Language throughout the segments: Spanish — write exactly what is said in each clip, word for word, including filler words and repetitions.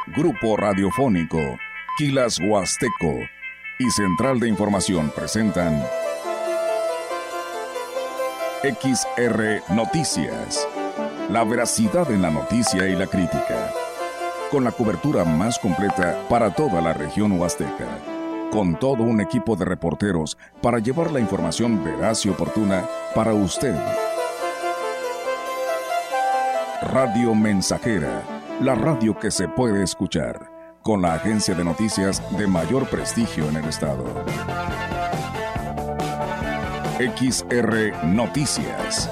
Grupo Radiofónico, Quilas Huasteco y Central de Información presentan X R Noticias. La veracidad en la noticia y la crítica. Con la cobertura más completa para toda la región huasteca. Con todo un equipo de reporteros para llevar la información veraz y oportuna para usted. Radio Mensajera, la radio que se puede escuchar, con la agencia de noticias de mayor prestigio en el estado. X R Noticias.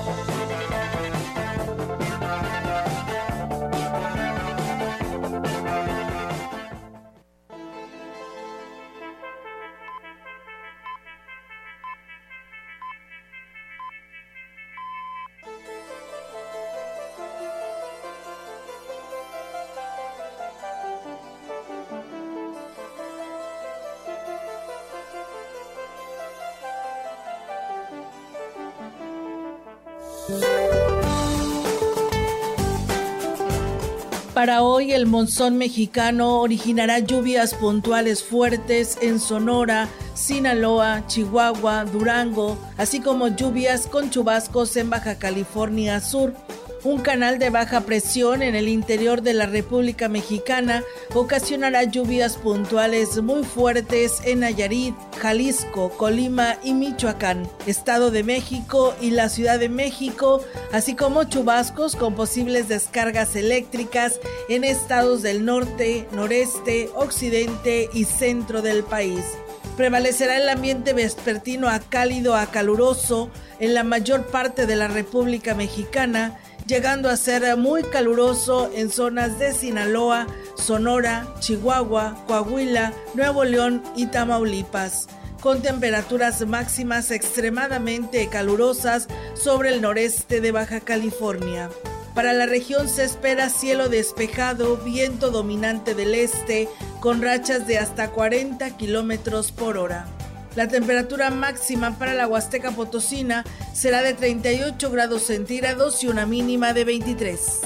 Para hoy, el monzón mexicano originará lluvias puntuales fuertes en Sonora, Sinaloa, Chihuahua, Durango, así como lluvias con chubascos en Baja California Sur. Un canal de baja presión en el interior de la República Mexicana ocasionará lluvias puntuales muy fuertes en Nayarit, Jalisco, Colima y Michoacán, Estado de México y la Ciudad de México, así como chubascos con posibles descargas eléctricas en estados del norte, noreste, occidente y centro del país. Prevalecerá el ambiente vespertino a cálido a caluroso en la mayor parte de la República Mexicana, llegando a ser muy caluroso en zonas de Sinaloa, Sonora, Chihuahua, Coahuila, Nuevo León y Tamaulipas, con temperaturas máximas extremadamente calurosas sobre el noreste de Baja California. Para la región se espera cielo despejado, viento dominante del este, con rachas de hasta cuarenta kilómetros por hora. La temperatura máxima para la Huasteca Potosina será de treinta y ocho grados centígrados y una mínima de veintitrés.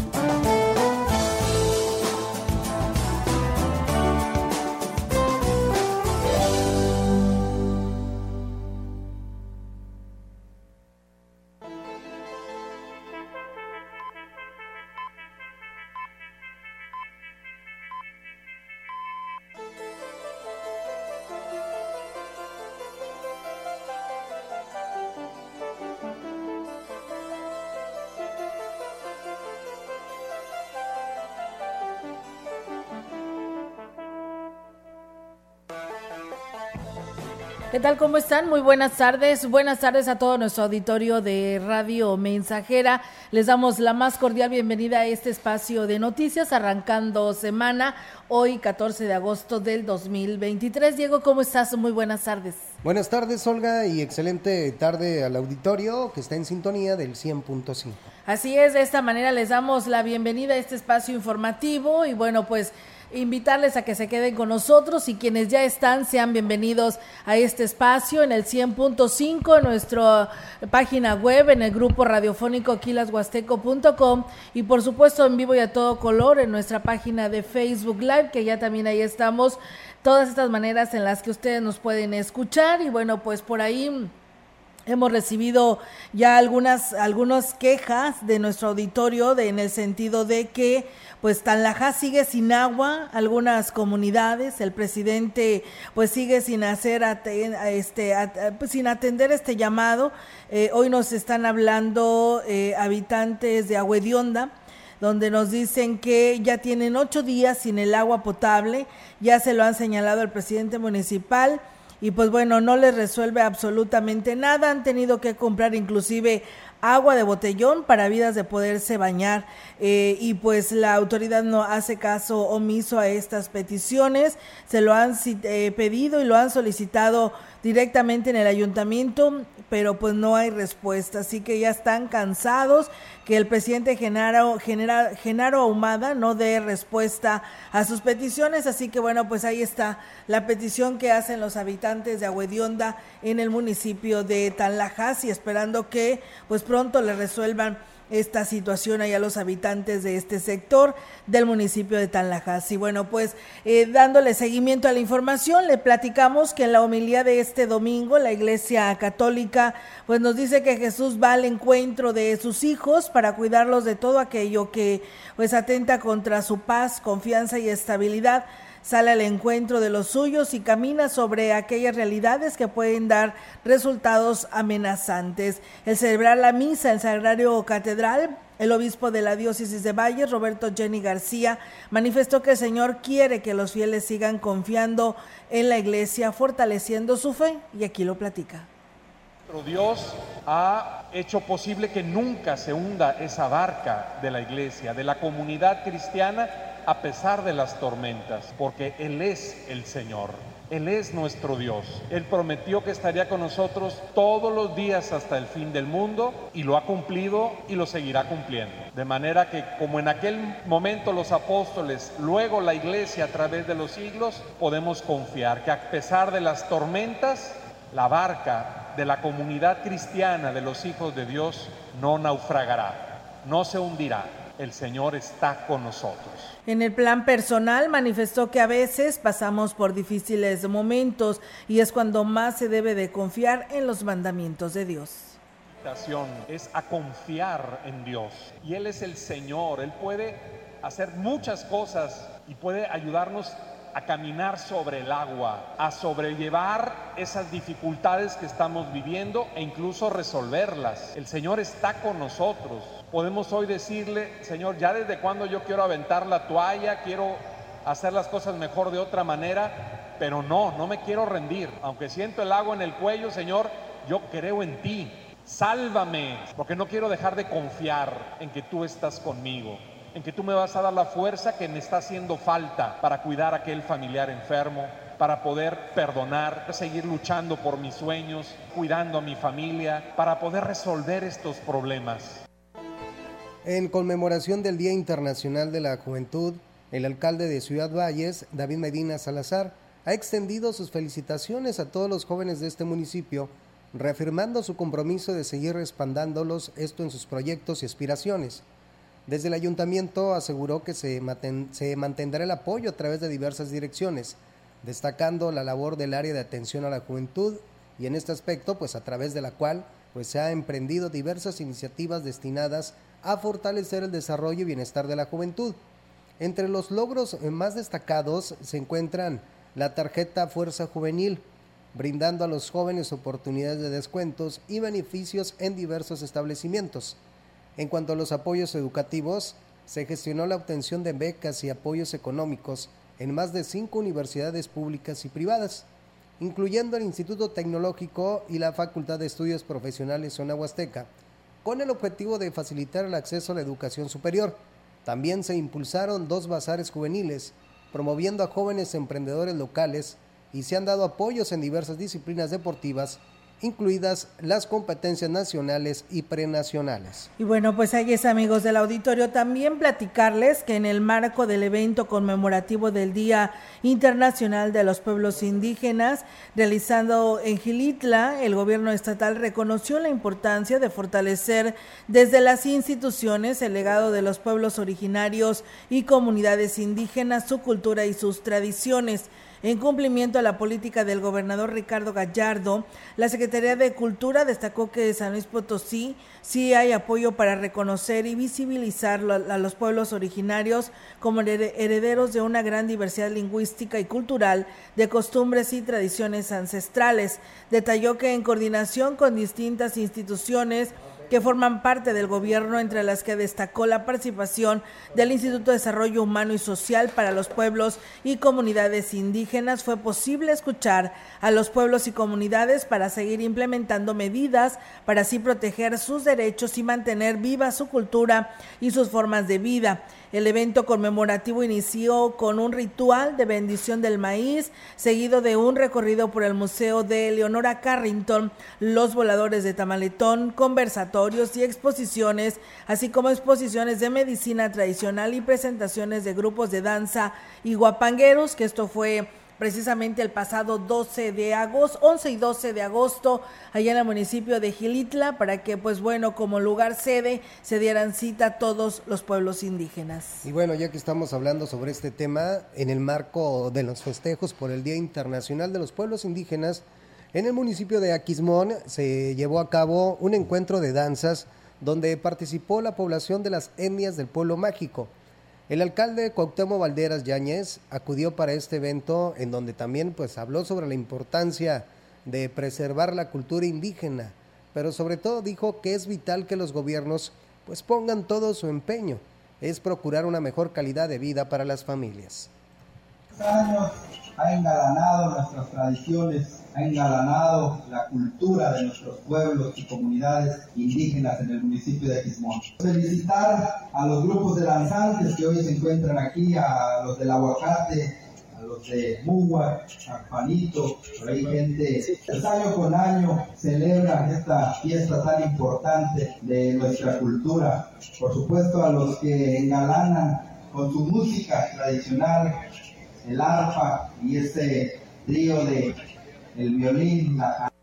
¿Qué tal? ¿Cómo están? Muy buenas tardes. Buenas tardes a todo nuestro auditorio de Radio Mensajera. Les damos la más cordial bienvenida a este espacio de noticias, arrancando semana, hoy catorce de agosto del dos mil veintitrés. Diego, ¿cómo estás? Muy buenas tardes. Buenas tardes, Olga, y excelente tarde al auditorio que está en sintonía del cien punto cinco. Así es, de esta manera les damos la bienvenida a este espacio informativo y bueno, pues invitarles a que se queden con nosotros y quienes ya están sean bienvenidos a este espacio en el cien punto cinco, en nuestra página web, en el grupo radiofónico quilas huasteco punto com y por supuesto en vivo y a todo color en nuestra página de Facebook Live, que ya también ahí estamos, todas estas maneras en las que ustedes nos pueden escuchar y bueno, pues por ahí hemos recibido ya algunas algunas quejas de nuestro auditorio de, en el sentido de que pues Tanlajas sigue sin agua, algunas comunidades, el presidente pues sigue sin hacer aten, este at, pues, sin atender este llamado. Eh, hoy nos están hablando eh, habitantes de Agua Hedionda, donde nos dicen que ya tienen ocho días sin el agua potable, ya se lo han señalado al presidente municipal. Y pues bueno, no les resuelve absolutamente nada, han tenido que comprar inclusive agua de botellón para vidas de poderse bañar eh, y pues la autoridad no hace caso omiso a estas peticiones, se lo han eh, pedido y lo han solicitado directamente en el ayuntamiento, pero pues no hay respuesta, así que ya están cansados que el presidente Genaro, Genaro, Genaro Ahumada no dé respuesta a sus peticiones, así que bueno, pues ahí está la petición que hacen los habitantes de Agua Hedionda en el municipio de Tanlajas y esperando que pues pronto le resuelvan esta situación ahí a los habitantes de este sector del municipio de Tanlajas. Y bueno, pues eh, dándole seguimiento a la información, le platicamos que en la homilía de este domingo la Iglesia Católica pues nos dice que Jesús va al encuentro de sus hijos para cuidarlos de todo aquello que pues atenta contra su paz, confianza y estabilidad. Sale al encuentro de los suyos y camina sobre aquellas realidades que pueden dar resultados amenazantes. El celebrar la misa en el Sagrario Catedral, el obispo de la diócesis de Valles, Roberto Jenny García, manifestó que el Señor quiere que los fieles sigan confiando en la iglesia, fortaleciendo su fe, y aquí lo platica. Nuestro Dios ha hecho posible que nunca se hunda esa barca de la iglesia, de la comunidad cristiana, a pesar de las tormentas, porque Él es el Señor, Él es nuestro Dios. Él prometió que estaría con nosotros todos los días hasta el fin del mundo, y lo ha cumplido y lo seguirá cumpliendo. De manera que, como en aquel momento los apóstoles, luego la iglesia a través de los siglos, podemos confiar que a pesar de las tormentas, la barca de la comunidad cristiana de los hijos de Dios no naufragará, no se hundirá. El Señor está con nosotros. En el plan personal manifestó que a veces pasamos por difíciles momentos y es cuando más se debe de confiar en los mandamientos de Dios. La invitación es a confiar en Dios, y Él es el Señor. Él puede hacer muchas cosas y puede ayudarnos a caminar sobre el agua, a sobrellevar esas dificultades que estamos viviendo e incluso resolverlas. El Señor está con nosotros. Podemos hoy decirle: Señor, ya desde cuando yo quiero aventar la toalla, quiero hacer las cosas mejor de otra manera, pero no, no me quiero rendir. Aunque siento el agua en el cuello, Señor, yo creo en ti. Sálvame, porque no quiero dejar de confiar en que tú estás conmigo, en que tú me vas a dar la fuerza que me está haciendo falta para cuidar a aquel familiar enfermo, para poder perdonar, seguir luchando por mis sueños, cuidando a mi familia, para poder resolver estos problemas. En conmemoración del Día Internacional de la Juventud, el alcalde de Ciudad Valles, David Medina Salazar, ha extendido sus felicitaciones a todos los jóvenes de este municipio, reafirmando su compromiso de seguir respaldándolos, esto en sus proyectos y aspiraciones. Desde el ayuntamiento aseguró que se, maten, se mantendrá el apoyo a través de diversas direcciones, destacando la labor del área de atención a la juventud, y en este aspecto, pues a través de la cual pues se ha emprendido diversas iniciativas destinadas a fortalecer el desarrollo y bienestar de la juventud. Entre los logros más destacados se encuentran la tarjeta Fuerza Juvenil, brindando a los jóvenes oportunidades de descuentos y beneficios en diversos establecimientos. En cuanto a los apoyos educativos, se gestionó la obtención de becas y apoyos económicos en más de cinco universidades públicas y privadas, incluyendo el Instituto Tecnológico y la Facultad de Estudios Profesionales Zona Huasteca, con el objetivo de facilitar el acceso a la educación superior. También se impulsaron dos bazares juveniles, promoviendo a jóvenes emprendedores locales, y se han dado apoyos en diversas disciplinas deportivas, incluidas las competencias nacionales y prenacionales. Y bueno, pues ahí es, amigos del auditorio, también platicarles que en el marco del evento conmemorativo del Día Internacional de los Pueblos Indígenas, realizado en Xilitla, el gobierno estatal reconoció la importancia de fortalecer desde las instituciones el legado de los pueblos originarios y comunidades indígenas, su cultura y sus tradiciones. En cumplimiento a la política del gobernador Ricardo Gallardo, la Secretaría de Cultura destacó que en San Luis Potosí sí hay apoyo para reconocer y visibilizar a los pueblos originarios como herederos de una gran diversidad lingüística y cultural, de costumbres y tradiciones ancestrales. Detalló que en coordinación con distintas instituciones que forman parte del gobierno, entre las que destacó la participación del Instituto de Desarrollo Humano y Social para los Pueblos y Comunidades Indígenas, fue posible escuchar a los pueblos y comunidades para seguir implementando medidas para así proteger sus derechos y mantener viva su cultura y sus formas de vida. El evento conmemorativo inició con un ritual de bendición del maíz, seguido de un recorrido por el Museo de Leonora Carrington, los voladores de Tamaletón, conversatorios y exposiciones, así como exposiciones de medicina tradicional y presentaciones de grupos de danza y guapangueros, que esto fue precisamente el pasado doce de agosto, once y doce de agosto, allá en el municipio de Xilitla, para que, pues bueno, como lugar sede, se dieran cita a todos los pueblos indígenas. Y bueno, ya que estamos hablando sobre este tema, en el marco de los festejos por el Día Internacional de los Pueblos Indígenas, en el municipio de Aquismón se llevó a cabo un encuentro de danzas donde participó la población de las etnias del Pueblo Mágico. El alcalde Cuauhtémoc Valderas Yáñez acudió para este evento, en donde también pues habló sobre la importancia de preservar la cultura indígena, pero sobre todo dijo que es vital que los gobiernos pues pongan todo su empeño, es procurar una mejor calidad de vida para las familias. Años ha engalanado nuestras tradiciones, ha engalanado la cultura de nuestros pueblos y comunidades indígenas en el municipio de Aquismón. Felicitar a los grupos de danzantes que hoy se encuentran aquí, a los del Aguacate, a los de Múhuac, a Juanito, por ahí gente, pues año con año celebran esta fiesta tan importante de nuestra cultura. Por supuesto a los que engalanan con su música tradicional, el arpa y ese trío de el violín. La...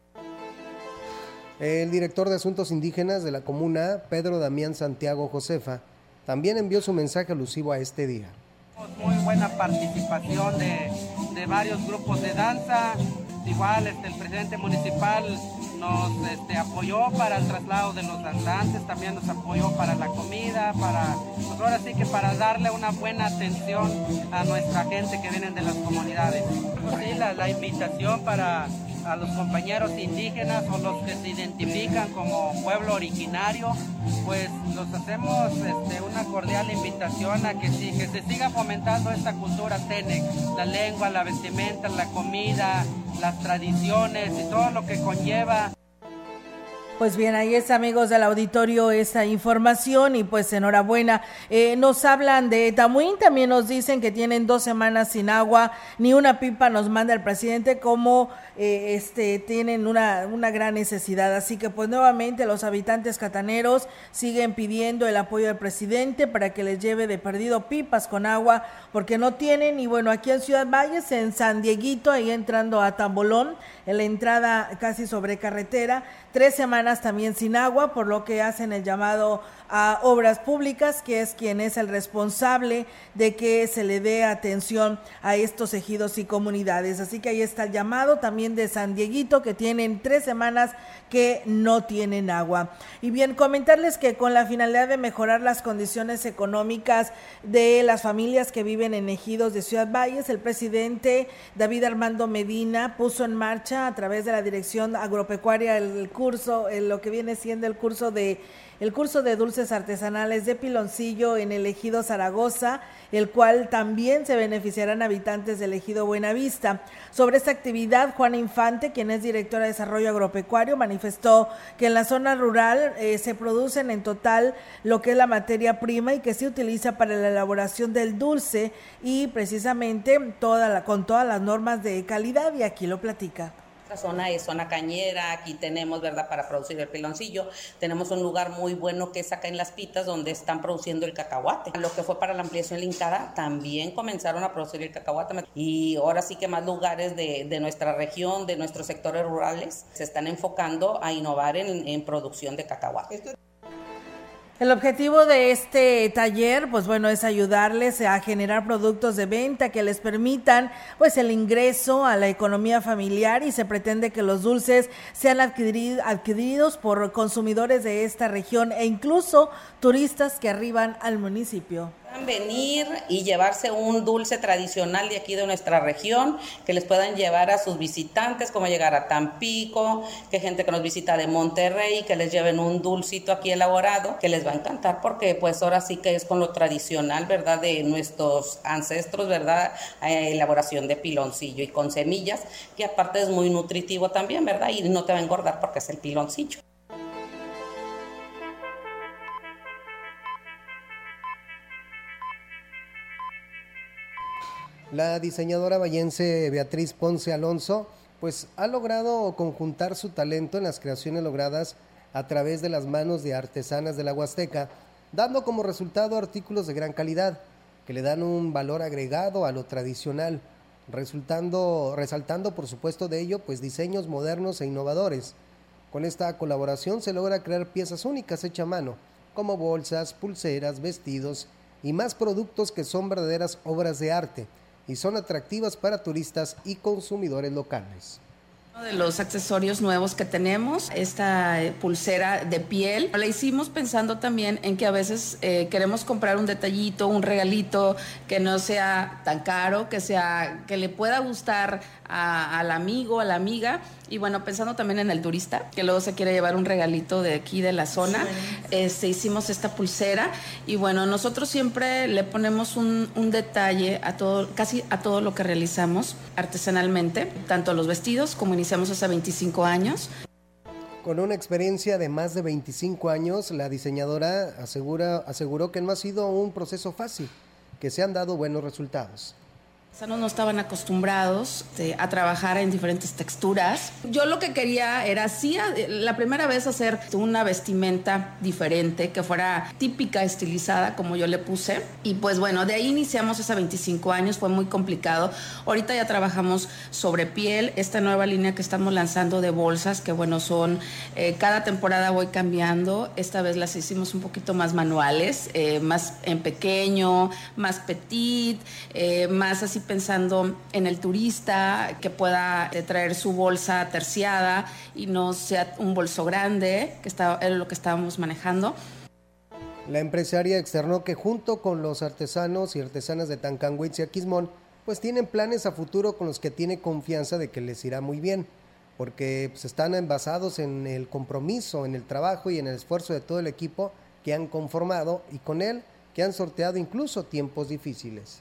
El director de Asuntos Indígenas de la comuna, Pedro Damián Santiago Josefa, también envió su mensaje alusivo a este día. Muy buena participación de, de varios grupos de danza. Igual este, el presidente municipal nos este, apoyó para el traslado de los danzantes, también nos apoyó para la comida, para, pues ahora sí que para darle una buena atención a nuestra gente que vienen de las comunidades. Pues sí, la, la invitación para a los compañeros indígenas o los que se identifican como pueblo originario, pues los hacemos este, una cordial invitación a que, sí, que se siga fomentando esta cultura Tenec, la lengua, la vestimenta, la comida, las tradiciones y todo lo que conlleva. Pues bien, ahí es, amigos del auditorio, esa información y pues enhorabuena. Eh, nos hablan de Tamuín, también nos dicen que tienen dos semanas sin agua, ni una pipa nos manda el presidente, como eh, este tienen una, una gran necesidad. Así que pues nuevamente los habitantes cataneros siguen pidiendo el apoyo del presidente para que les lleve de perdido pipas con agua, porque no tienen. Y bueno, aquí en Ciudad Valles, en San Dieguito, ahí entrando a Tambolón, en la entrada casi sobre carretera, tres semanas también sin agua, por lo que hacen el llamado a Obras Públicas, que es quien es el responsable de que se le dé atención a estos ejidos y comunidades. Así que ahí está el llamado también de San Dieguito, que tienen tres semanas que no tienen agua. Y bien, comentarles que con la finalidad de mejorar las condiciones económicas de las familias que viven en ejidos de Ciudad Valles, el presidente David Armando Medina puso en marcha a través de la Dirección Agropecuaria el curso, el, lo que viene siendo el curso de el curso de dulces artesanales de Piloncillo en el ejido Zaragoza, el cual también se beneficiarán habitantes del ejido Buenavista. Sobre esta actividad, Juana Infante, quien es directora de Desarrollo Agropecuario, manifestó que en la zona rural eh, se producen en total lo que es la materia prima y que se utiliza para la elaboración del dulce y precisamente toda la, con todas las normas de calidad, y aquí lo platica. La zona es zona cañera, aquí tenemos, ¿verdad?, para producir el piloncillo, tenemos un lugar muy bueno que es acá en Las Pitas, donde están produciendo el cacahuate. Lo que fue para la ampliación linkada, también comenzaron a producir el cacahuate, y ahora sí que más lugares de, de nuestra región, de nuestros sectores rurales, se están enfocando a innovar en, en producción de cacahuate. Esto El objetivo de este taller, pues bueno, es ayudarles a generar productos de venta que les permitan, pues, el ingreso a la economía familiar, y se pretende que los dulces sean adquiridos, adquiridos por consumidores de esta región e incluso turistas que arriban al municipio. Puedan venir y llevarse un dulce tradicional de aquí de nuestra región, que les puedan llevar a sus visitantes, como llegar a Tampico, que gente que nos visita de Monterrey, que les lleven un dulcito aquí elaborado, que les va a encantar, porque pues ahora sí que es con lo tradicional, ¿verdad?, de nuestros ancestros, ¿verdad?, eh, elaboración de piloncillo y con semillas, que aparte es muy nutritivo también, ¿verdad?, y no te va a engordar porque es el piloncillo. La diseñadora vallense Beatriz Ponce Alonso pues ha logrado conjuntar su talento en las creaciones logradas a través de las manos de artesanas de la Huasteca, dando como resultado artículos de gran calidad que le dan un valor agregado a lo tradicional. resultando, resaltando por supuesto de ello pues diseños modernos e innovadores. Con esta colaboración se logra crear piezas únicas hechas a mano, como bolsas, pulseras, vestidos y más productos que son verdaderas obras de arte y son atractivas para turistas y consumidores locales. Uno de los accesorios nuevos que tenemos, esta pulsera de piel, la hicimos pensando también en que a veces eh, queremos comprar un detallito, un regalito que no sea tan caro, que sea que le pueda gustar a, al amigo, a la amiga, y bueno, pensando también en el turista que luego se quiere llevar un regalito de aquí de la zona, este, hicimos esta pulsera y bueno, nosotros siempre le ponemos un, un detalle a todo, casi a todo lo que realizamos artesanalmente, tanto los vestidos como iniciamos hace veinticinco años. Con una experiencia de más de veinticinco años, la diseñadora asegura, aseguró que no ha sido un proceso fácil, que se han dado buenos resultados. No estaban acostumbrados este, a trabajar en diferentes texturas. Yo lo que quería era, sí, la primera vez hacer una vestimenta diferente, que fuera típica, estilizada, como yo le puse. Y pues bueno, de ahí iniciamos hace veinticinco años, fue muy complicado. Ahorita ya trabajamos sobre piel, esta nueva línea que estamos lanzando de bolsas, que bueno, son, eh, cada temporada voy cambiando. Esta vez las hicimos un poquito más manuales, eh, más en pequeño, más petit, eh, más así pensando en el turista que pueda eh, traer su bolsa terciada y no sea un bolso grande, que está, era lo que estábamos manejando. La empresaria externó que junto con los artesanos y artesanas de Tancanwitz y Aquismón, pues tienen planes a futuro con los que tiene confianza de que les irá muy bien, porque pues, están basados en el compromiso, en el trabajo y en el esfuerzo de todo el equipo que han conformado y con él que han sorteado incluso tiempos difíciles.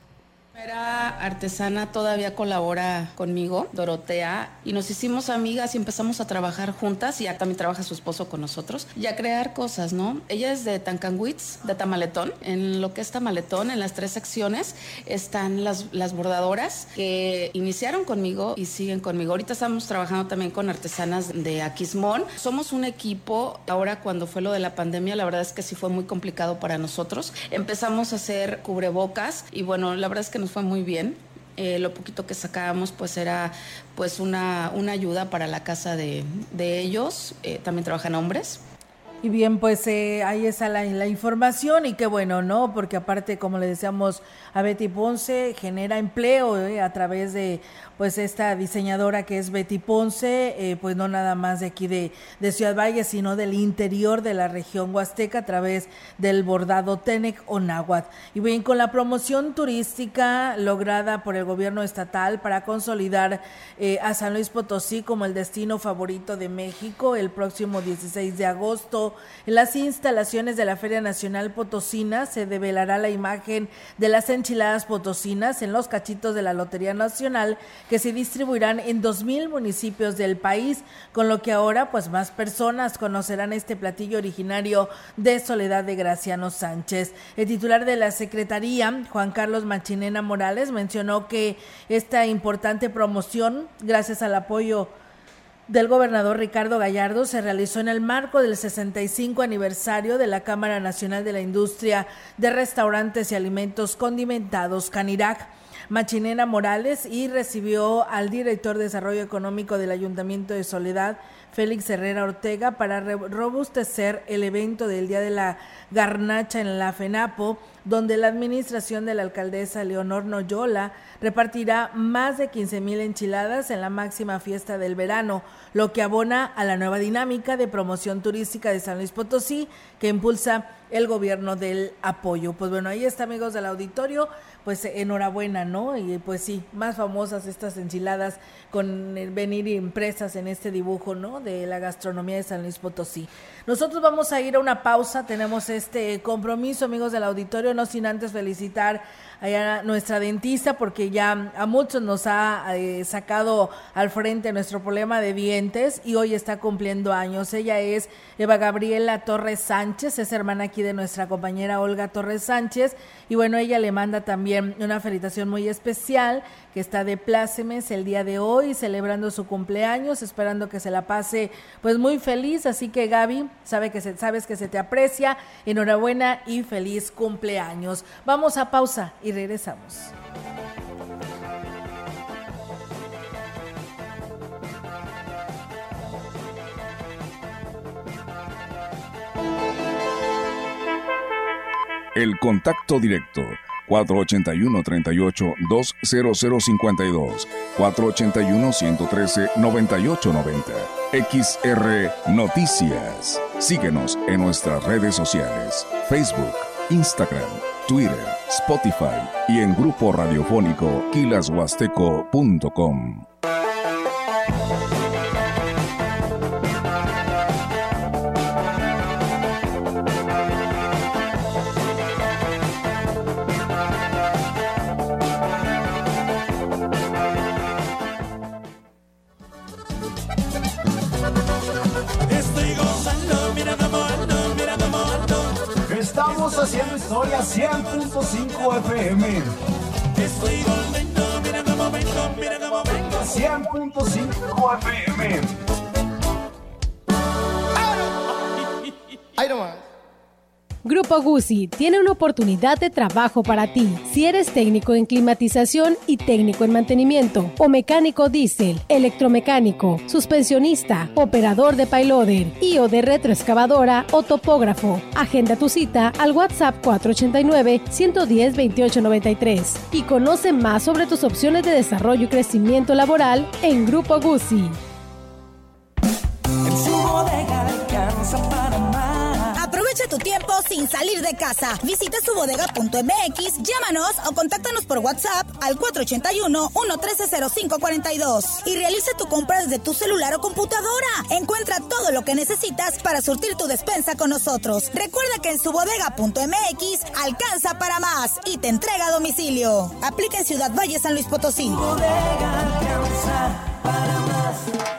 Era artesana, todavía colabora conmigo, Dorotea, y nos hicimos amigas y empezamos a trabajar juntas, y ya también trabaja su esposo con nosotros, y a crear cosas, ¿no? Ella es de Tancanwitz, de Tamaletón. En lo que es Tamaletón, en las tres secciones, están las, las bordadoras que iniciaron conmigo y siguen conmigo. Ahorita estamos trabajando también con artesanas de Aquismón. Somos un equipo. Ahora, cuando fue lo de la pandemia, la verdad es que sí fue muy complicado para nosotros. Empezamos a hacer cubrebocas y bueno, la verdad es que nos fue muy bien. Eh, lo poquito que sacábamos pues era pues una, una ayuda para la casa de, de ellos. Eh, también trabajan hombres. Y bien, pues eh, ahí está la, la información y qué bueno, ¿no? Porque aparte, como le decíamos a Betty Ponce, genera empleo eh, a través de pues esta diseñadora que es Betty Ponce, eh, pues no nada más de aquí de, de Ciudad Valles, sino del interior de la región huasteca a través del bordado Tenec o náhuatl. Y bien, con la promoción turística lograda por el gobierno estatal para consolidar eh, a San Luis Potosí como el destino favorito de México, el próximo dieciséis de agosto, en las instalaciones de la Feria Nacional Potosina se develará la imagen de las enchiladas potosinas en los cachitos de la Lotería Nacional, que se distribuirán en dos mil municipios del país, con lo que ahora pues más personas conocerán este platillo originario de Soledad de Graciano Sánchez. El titular de la Secretaría, Juan Carlos Machinena Morales, mencionó que esta importante promoción, gracias al apoyo del gobernador Ricardo Gallardo, se realizó en el marco del sesenta y cinco aniversario de la Cámara Nacional de la Industria de Restaurantes y Alimentos Condimentados, Canirac. Machinena Morales, y recibió al director de Desarrollo Económico del Ayuntamiento de Soledad, Félix Herrera Ortega, para robustecer el evento del Día de la Garnacha en la FENAPO, donde la administración de la alcaldesa Leonor Noyola repartirá más de quince mil enchiladas en la máxima fiesta del verano, lo que abona a la nueva dinámica de promoción turística de San Luis Potosí que impulsa el gobierno del apoyo. Pues bueno, ahí está, amigos del auditorio, pues enhorabuena, ¿no? Y pues sí, más famosas estas enchiladas con el venir impresas en este dibujo, ¿no? De la gastronomía de San Luis Potosí. Nosotros vamos a ir a una pausa, tenemos este compromiso, amigos del auditorio, no sin antes felicitar a nuestra dentista, porque ya a muchos nos ha eh, sacado al frente nuestro problema de dientes y hoy está cumpliendo años. Ella es Eva Gabriela Torres Sánchez, es hermana aquí de nuestra compañera Olga Torres Sánchez, y bueno, ella le manda también una felicitación muy especial, que está de plácemes el día de hoy, celebrando su cumpleaños, esperando que se la pase pues muy feliz. Así que Gaby, sabe que se, sabes que se te aprecia, enhorabuena y feliz cumpleaños. Vamos a pausa y regresamos. El contacto directo cuatro ocho uno, tres ocho, dos cero cero cinco dos, cuatro ocho uno, uno uno tres, nueve ocho nueve cero. X R Noticias. Síguenos en nuestras redes sociales, Facebook, Instagram, Twitter, Spotify y en grupo radiofónico quilas huasteco punto com. Estamos haciendo historia cien punto cinco F M. Estoy volviendo, mira cómo vengo, mira cómo vengo. cien punto cinco F M. Ahí nomás. Grupo Guzzi tiene una oportunidad de trabajo para ti. Si eres técnico en climatización y técnico en mantenimiento, o mecánico diésel, electromecánico, suspensionista, operador de payloader y o de retroexcavadora o topógrafo, agenda tu cita al WhatsApp cuatro ocho nueve, uno uno cero, dos ocho nueve tres y conoce más sobre tus opciones de desarrollo y crecimiento laboral en Grupo Guzzi. En su bodega alcanza para más. Aprovecha tu tiempo sin salir de casa. Visita su bodega punto m x, llámanos o contáctanos por WhatsApp al cuatro ocho uno, uno uno tres cero cinco cuatro dos y realiza tu compra desde tu celular o computadora. Encuentra todo lo que necesitas para surtir tu despensa con nosotros. Recuerda que en su bodega punto m x alcanza para más y te entrega a domicilio. Aplica en Ciudad Valle, San Luis Potosí. Bodega alcanza para más.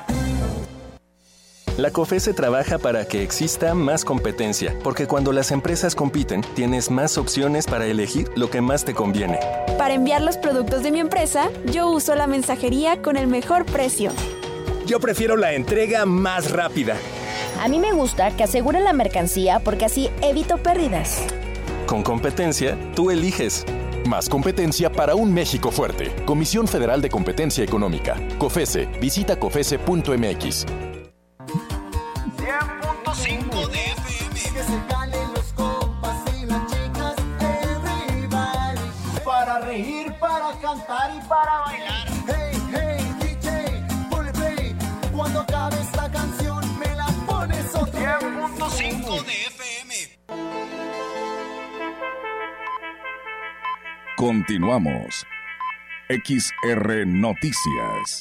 La COFESE trabaja para que exista más competencia, porque cuando las empresas compiten, tienes más opciones para elegir lo que más te conviene. Para enviar los productos de mi empresa, yo uso la mensajería con el mejor precio. Yo prefiero la entrega más rápida. A mí me gusta que aseguren la mercancía porque así evito pérdidas. Con competencia, tú eliges. Más competencia para un México fuerte. Comisión Federal de Competencia Económica. COFESE. Visita cofese punto m x. cien punto cinco de F M. Que se calen los compas y las chicas, everybody. Para reír, para cantar y para bailar. Hey, hey, D J, ponle play. Cuando acabe esta canción, me la pones otra vez. cien punto cinco de F M. Continuamos. X R Noticias.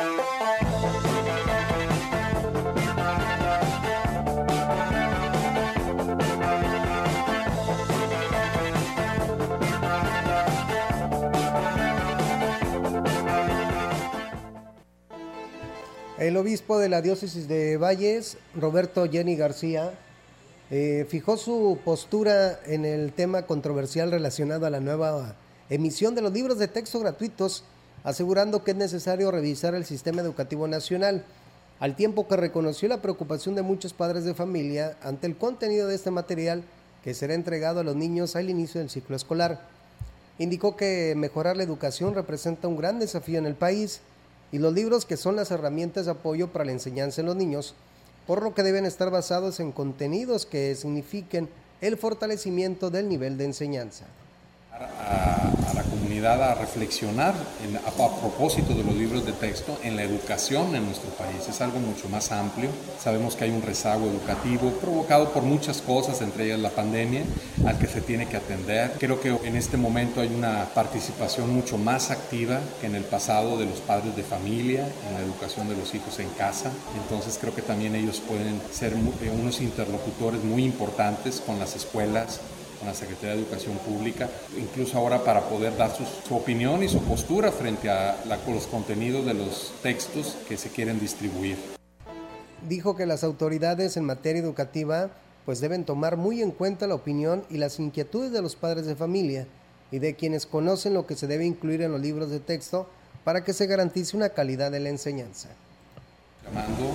El obispo de la diócesis de Valles, Roberto Jenny García, eh, fijó su postura en el tema controversial relacionado a la nueva emisión de los libros de texto gratuitos, asegurando que es necesario revisar el sistema educativo nacional, al tiempo que reconoció la preocupación de muchos padres de familia ante el contenido de este material que será entregado a los niños al inicio del ciclo escolar. Indicó que mejorar la educación representa un gran desafío en el país y los libros que son las herramientas de apoyo para la enseñanza en los niños, por lo que deben estar basados en contenidos que signifiquen el fortalecimiento del nivel de enseñanza. A, a la comunidad a reflexionar en, a, a propósito de los libros de texto en la educación en nuestro país. Es algo mucho más amplio. Sabemos que hay un rezago educativo provocado por muchas cosas, entre ellas la pandemia, al que se tiene que atender. Creo que en este momento hay una participación mucho más activa que en el pasado de los padres de familia en la educación de los hijos en casa. Entonces creo que también ellos pueden ser unos interlocutores muy importantes con las escuelas, con la Secretaría de Educación Pública, incluso ahora para poder dar su, su opinión y su postura frente a la, los contenidos de los textos que se quieren distribuir. Dijo que las autoridades en materia educativa pues deben tomar muy en cuenta la opinión y las inquietudes de los padres de familia y de quienes conocen lo que se debe incluir en los libros de texto para que se garantice una calidad de la enseñanza. Llamando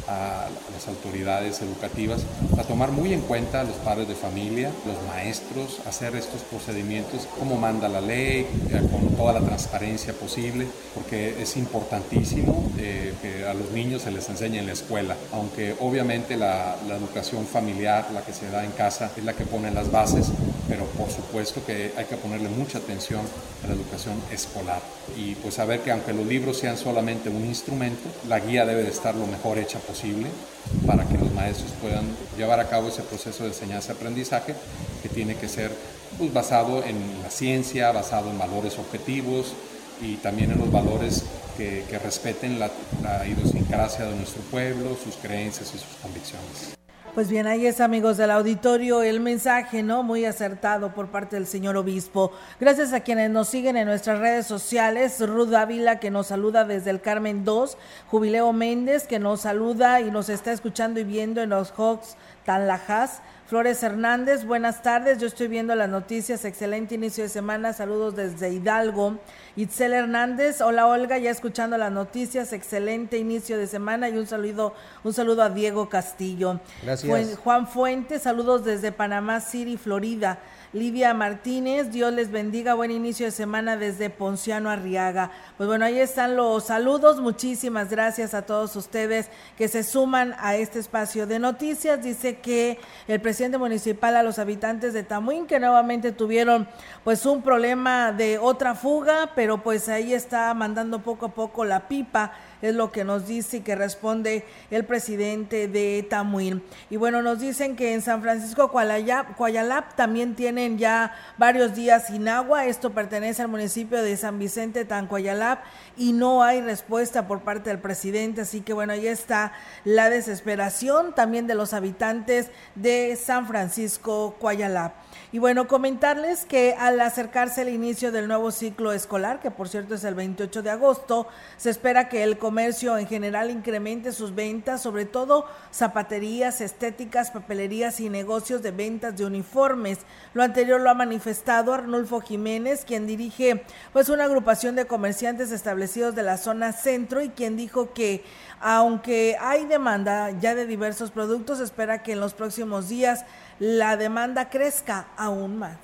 a las autoridades educativas a tomar muy en cuenta a los padres de familia, los maestros, hacer estos procedimientos como manda la ley, con toda la transparencia posible, porque es importantísimo eh, que a los niños se les enseñe en la escuela, aunque obviamente la, la educación familiar, la que se da en casa, es la que pone las bases, pero por supuesto que hay que ponerle mucha atención a la educación escolar y pues saber que aunque los libros sean solamente un instrumento, la guía debe de estar lo mejor hecha posible para que los maestros puedan llevar a cabo ese proceso de enseñanza-aprendizaje que tiene que ser pues, basado en la ciencia, basado en valores objetivos y también en los valores que, que respeten la, la idiosincrasia de nuestro pueblo, sus creencias y sus convicciones. Pues bien, ahí es, amigos del auditorio, el mensaje, ¿no? Muy acertado por parte del señor obispo. Gracias a quienes nos siguen en nuestras redes sociales. Ruth Ávila, que nos saluda desde el Carmen dos. Jubileo Méndez, que nos saluda y nos está escuchando y viendo en los Hawks Tanlajas. Flores Hernández, buenas tardes, yo estoy viendo las noticias, excelente inicio de semana, saludos desde Hidalgo. Itzel Hernández, hola Olga, ya escuchando las noticias, excelente inicio de semana y un saludo, un saludo a Diego Castillo. Gracias. Juan Fuentes, saludos desde Panamá City, Florida. Livia Martínez, Dios les bendiga, buen inicio de semana desde Ponciano Arriaga. Pues bueno, ahí están los saludos, muchísimas gracias a todos ustedes que se suman a este espacio de noticias. Dice que el presidente municipal a los habitantes de Tamuín que nuevamente tuvieron pues un problema de otra fuga, pero pues ahí está mandando poco a poco la pipa, es lo que nos dice y que responde el presidente de Tamuín. Y bueno, nos dicen que en San Francisco Cuayalap también tienen ya varios días sin agua, esto pertenece al municipio de San Vicente Tancuayalap y no hay respuesta por parte del presidente, así que bueno, ahí está la desesperación también de los habitantes de San Francisco Cuayalap. Y bueno, comentarles que al acercarse el inicio del nuevo ciclo escolar, que por cierto es el veintiocho de agosto, se espera que el comercio en general incremente sus ventas, sobre todo zapaterías, estéticas, papelerías y negocios de ventas de uniformes. Lo anterior lo ha manifestado Arnulfo Jiménez, quien dirige pues una agrupación de comerciantes establecidos de la zona centro y quien dijo que aunque hay demanda ya de diversos productos, espera que en los próximos días la demanda crezca aún más.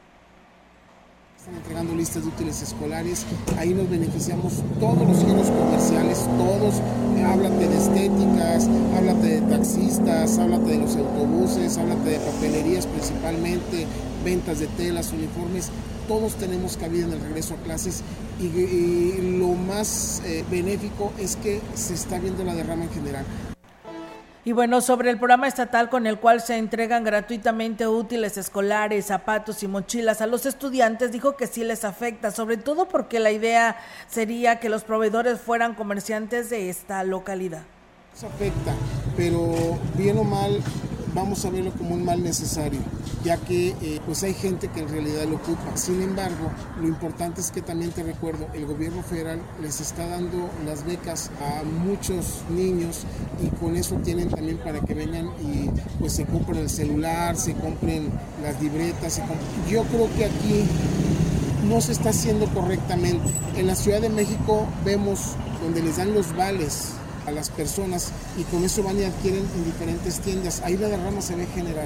Están entregando listas de útiles escolares, ahí nos beneficiamos todos los giros comerciales, todos, eh, háblate de estéticas, háblate de taxistas, háblate de los autobuses, háblate de papelerías principalmente, ventas de telas, uniformes, todos tenemos cabida en el regreso a clases y, y lo más eh, benéfico es que se está viendo la derrama en general. Y bueno, sobre el programa estatal con el cual se entregan gratuitamente útiles escolares, zapatos y mochilas a los estudiantes, dijo que sí les afecta, sobre todo porque la idea sería que los proveedores fueran comerciantes de esta localidad. Se afecta, pero bien o mal vamos a verlo como un mal necesario, ya que eh, pues hay gente que en realidad lo ocupa. Sin embargo, lo importante es que también te recuerdo, el gobierno federal les está dando las becas a muchos niños y con eso tienen también para que vengan y pues se compren el celular, se compren las libretas. Se compren. Yo creo que aquí no se está haciendo correctamente. En la Ciudad de México vemos donde les dan los vales a las personas y con eso van y adquieren en diferentes tiendas. Ahí la derrama se ve general.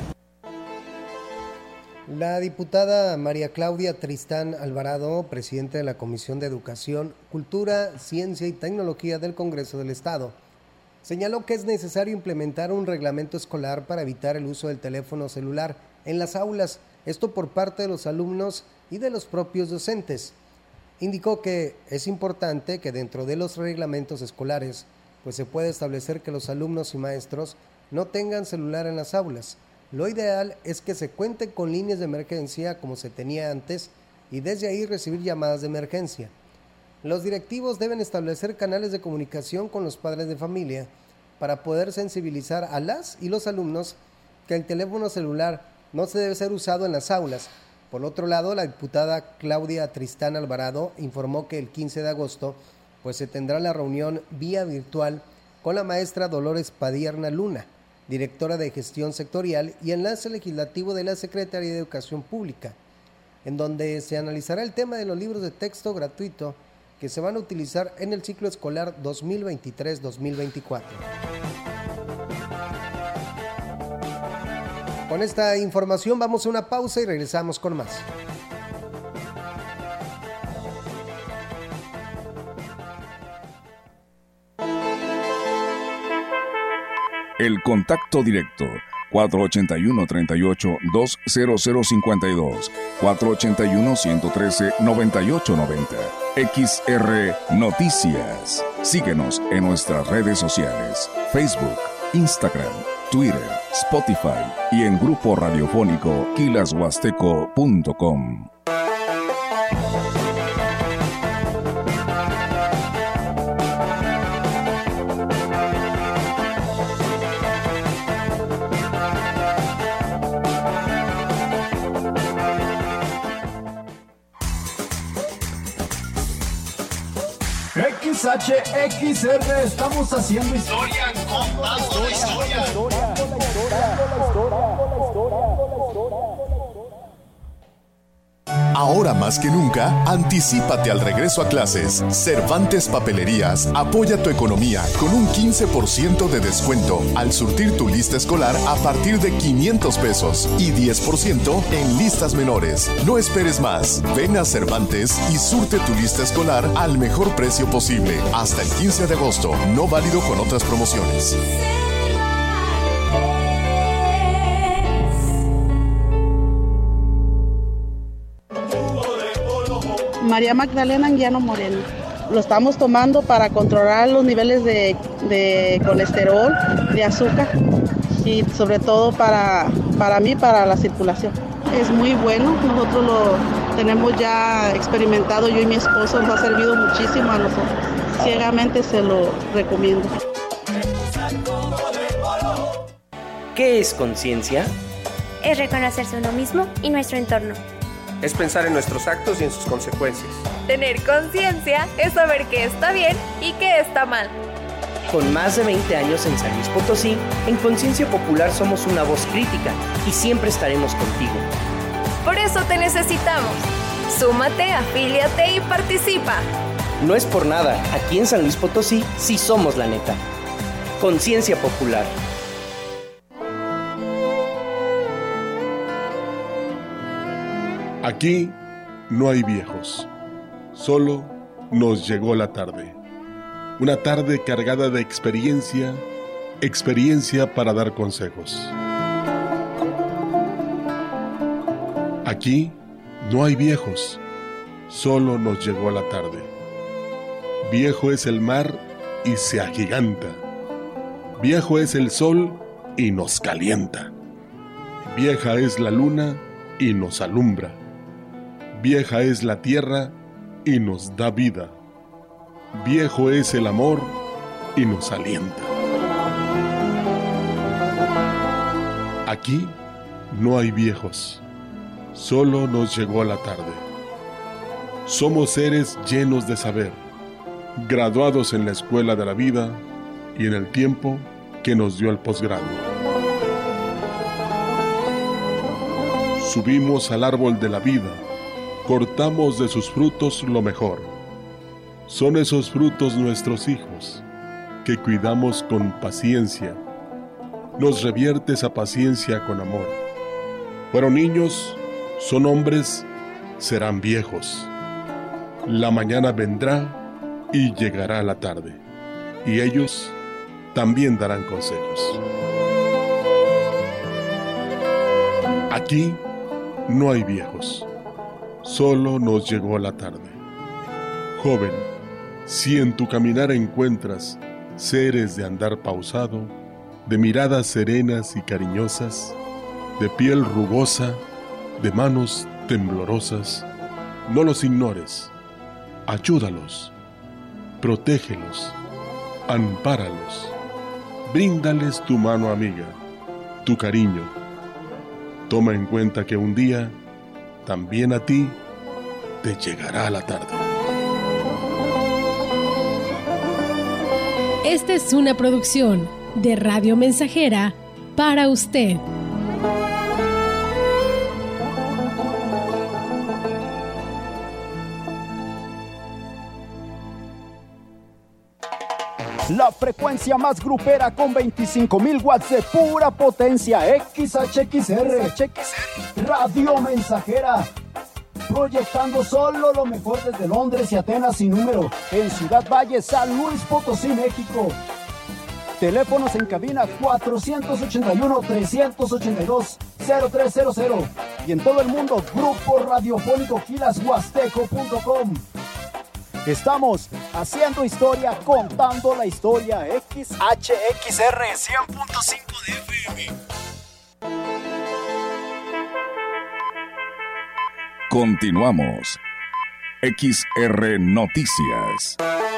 La diputada María Claudia Tristán Alvarado, presidenta de la Comisión de Educación, Cultura, Ciencia y Tecnología del Congreso del Estado, señaló que es necesario implementar un reglamento escolar para evitar el uso del teléfono celular en las aulas, esto por parte de los alumnos y de los propios docentes. Indicó que es importante que dentro de los reglamentos escolares pues se puede establecer que los alumnos y maestros no tengan celular en las aulas. Lo ideal es que se cuente con líneas de emergencia como se tenía antes y desde ahí recibir llamadas de emergencia. Los directivos deben establecer canales de comunicación con los padres de familia para poder sensibilizar a las y los alumnos que el teléfono celular no se debe ser usado en las aulas. Por otro lado, la diputada Claudia Tristán Alvarado informó que el quince de agosto pues se tendrá la reunión vía virtual con la maestra Dolores Padierna Luna, directora de Gestión Sectorial y Enlace Legislativo de la Secretaría de Educación Pública, en donde se analizará el tema de los libros de texto gratuito que se van a utilizar en el ciclo escolar dos mil veintitrés dos mil veinticuatro. Con esta información vamos a una pausa y regresamos con más. El contacto directo cuatro ochenta y uno, treinta y ocho, dos cero cero cincuenta y dos, cuatro ochenta y uno, ciento trece, noventa y ocho noventa. X R Noticias. Síguenos en nuestras redes sociales: Facebook, Instagram, Twitter, Spotify y en grupo radiofónico quilas huasteco punto com. X H X R, estamos haciendo historia, contando la historia. Ahora más que nunca, anticípate al regreso a clases. Cervantes Papelerías apoya tu economía con un quince por ciento de descuento al surtir tu lista escolar a partir de quinientos pesos y diez por ciento en listas menores. No esperes más. Ven a Cervantes y surte tu lista escolar al mejor precio posible. Hasta el quince de agosto. No válido con otras promociones. María Magdalena Anguiano Moreno. Lo estamos tomando para controlar los niveles de, de colesterol, de azúcar y sobre todo para, para mí, para la circulación. Es muy bueno, nosotros lo tenemos ya experimentado, yo y mi esposo, nos ha servido muchísimo a nosotros. Ciegamente se lo recomiendo. ¿Qué es conciencia? Es reconocerse uno mismo y nuestro entorno. Es pensar en nuestros actos y en sus consecuencias. Tener conciencia es saber qué está bien y qué está mal. Con más de veinte años en San Luis Potosí, en Conciencia Popular somos una voz crítica y siempre estaremos contigo. Por eso te necesitamos. Súmate, afíliate y participa. No es por nada, aquí en San Luis Potosí sí somos la neta. Conciencia Popular. Aquí no hay viejos, solo nos llegó la tarde. Una tarde cargada de experiencia, experiencia para dar consejos. Aquí no hay viejos, solo nos llegó la tarde. Viejo es el mar y se agiganta. Viejo es el sol y nos calienta. Vieja es la luna y nos alumbra. Vieja es la tierra y nos da vida. Viejo es el amor y nos alienta. Aquí no hay viejos, solo nos llegó la tarde. Somos seres llenos de saber, graduados en la escuela de la vida y en el tiempo que nos dio el posgrado. Subimos al árbol de la vida, cortamos de sus frutos lo mejor. Son esos frutos nuestros hijos, que cuidamos con paciencia. Nos revierte esa paciencia con amor. Fueron niños, son hombres, serán viejos. La mañana vendrá y llegará la tarde, y ellos también darán consejos. Aquí no hay viejos. Solo nos llegó la tarde. Joven, si en tu caminar encuentras seres de andar pausado, de miradas serenas y cariñosas, de piel rugosa, de manos temblorosas, no los ignores, ayúdalos, protégelos, ampáralos, bríndales tu mano amiga, tu cariño. Toma en cuenta que un día también a ti te llegará la tarde. Esta es una producción de Radio Mensajera para usted. La frecuencia más grupera con veinticinco mil watts de pura potencia. X H X R. Radio Mensajera. Proyectando solo lo mejor desde Londres y Atenas sin número. En Ciudad Valle, San Luis Potosí, México. Teléfonos en cabina cuatrocientos ochenta y uno, trescientos ochenta y dos, cero tres cero cero. Y en todo el mundo, Grupo Radiofónico Quilas Huasteco punto com. Estamos haciendo historia, contando la historia. X H X R cien punto cinco de F M. Continuamos. X R Noticias.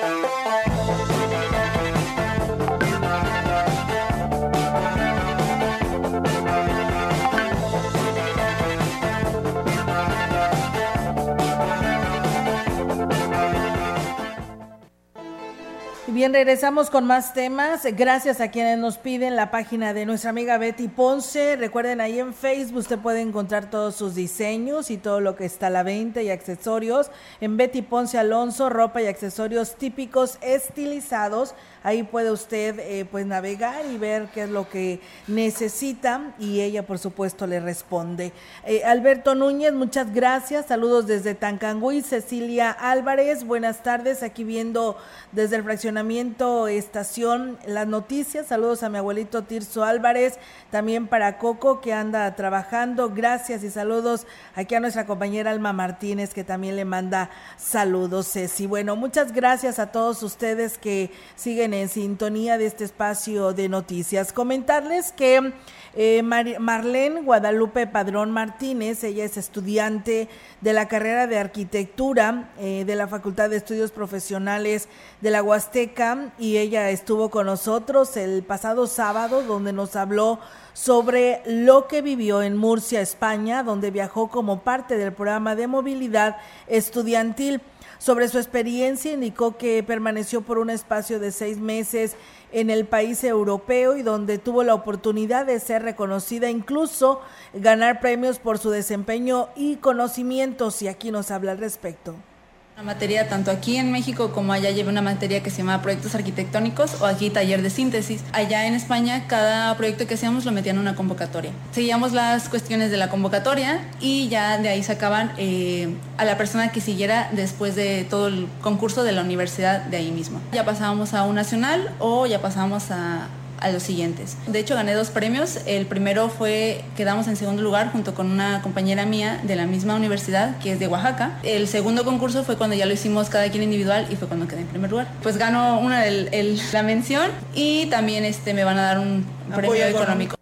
Bien, regresamos con más temas. Gracias a quienes nos piden la página de nuestra amiga Betty Ponce. Recuerden, ahí en Facebook usted puede encontrar todos sus diseños y todo lo que está a la venta y accesorios. En Betty Ponce Alonso, ropa y accesorios típicos estilizados. Ahí puede usted eh, pues navegar y ver qué es lo que necesita y ella por supuesto le responde. Eh, Alberto Núñez, muchas gracias. Saludos desde Tancangüí. Cecilia Álvarez, buenas tardes. Aquí viendo desde el fraccionamiento Estación las noticias. Saludos a mi abuelito Tirso Álvarez. También para Coco que anda trabajando. Gracias y saludos aquí a nuestra compañera Alma Martínez que también le manda saludos, Ceci. Bueno, muchas gracias a todos ustedes que siguen en sintonía de este espacio de noticias. Comentarles que eh, Mar- Marlene Guadalupe Padrón Martínez, ella es estudiante de la carrera de arquitectura eh, de la Facultad de Estudios Profesionales de la Huasteca, y ella estuvo con nosotros el pasado sábado donde nos habló sobre lo que vivió en Murcia, España, donde viajó como parte del programa de movilidad estudiantil. Sobre su experiencia, indicó que permaneció por un espacio de seis meses en el país europeo y donde tuvo la oportunidad de ser reconocida, incluso ganar premios por su desempeño y conocimientos, y aquí nos habla al respecto. Una materia tanto aquí en México como allá lleva una materia que se llama proyectos arquitectónicos o aquí taller de síntesis. Allá en España cada proyecto que hacíamos lo metían en una convocatoria. Seguíamos las cuestiones de la convocatoria y ya de ahí sacaban eh, a la persona que siguiera después de todo el concurso de la universidad de ahí mismo. Ya pasábamos a un nacional o ya pasábamos a a los siguientes. De hecho, gané dos premios. El primero fue, quedamos en segundo lugar junto con una compañera mía de la misma universidad, que es de Oaxaca. El segundo concurso fue cuando ya lo hicimos cada quien individual y fue cuando quedé en primer lugar. Pues gano una el, el, la mención y también este, me van a dar un premio Apoyo económico.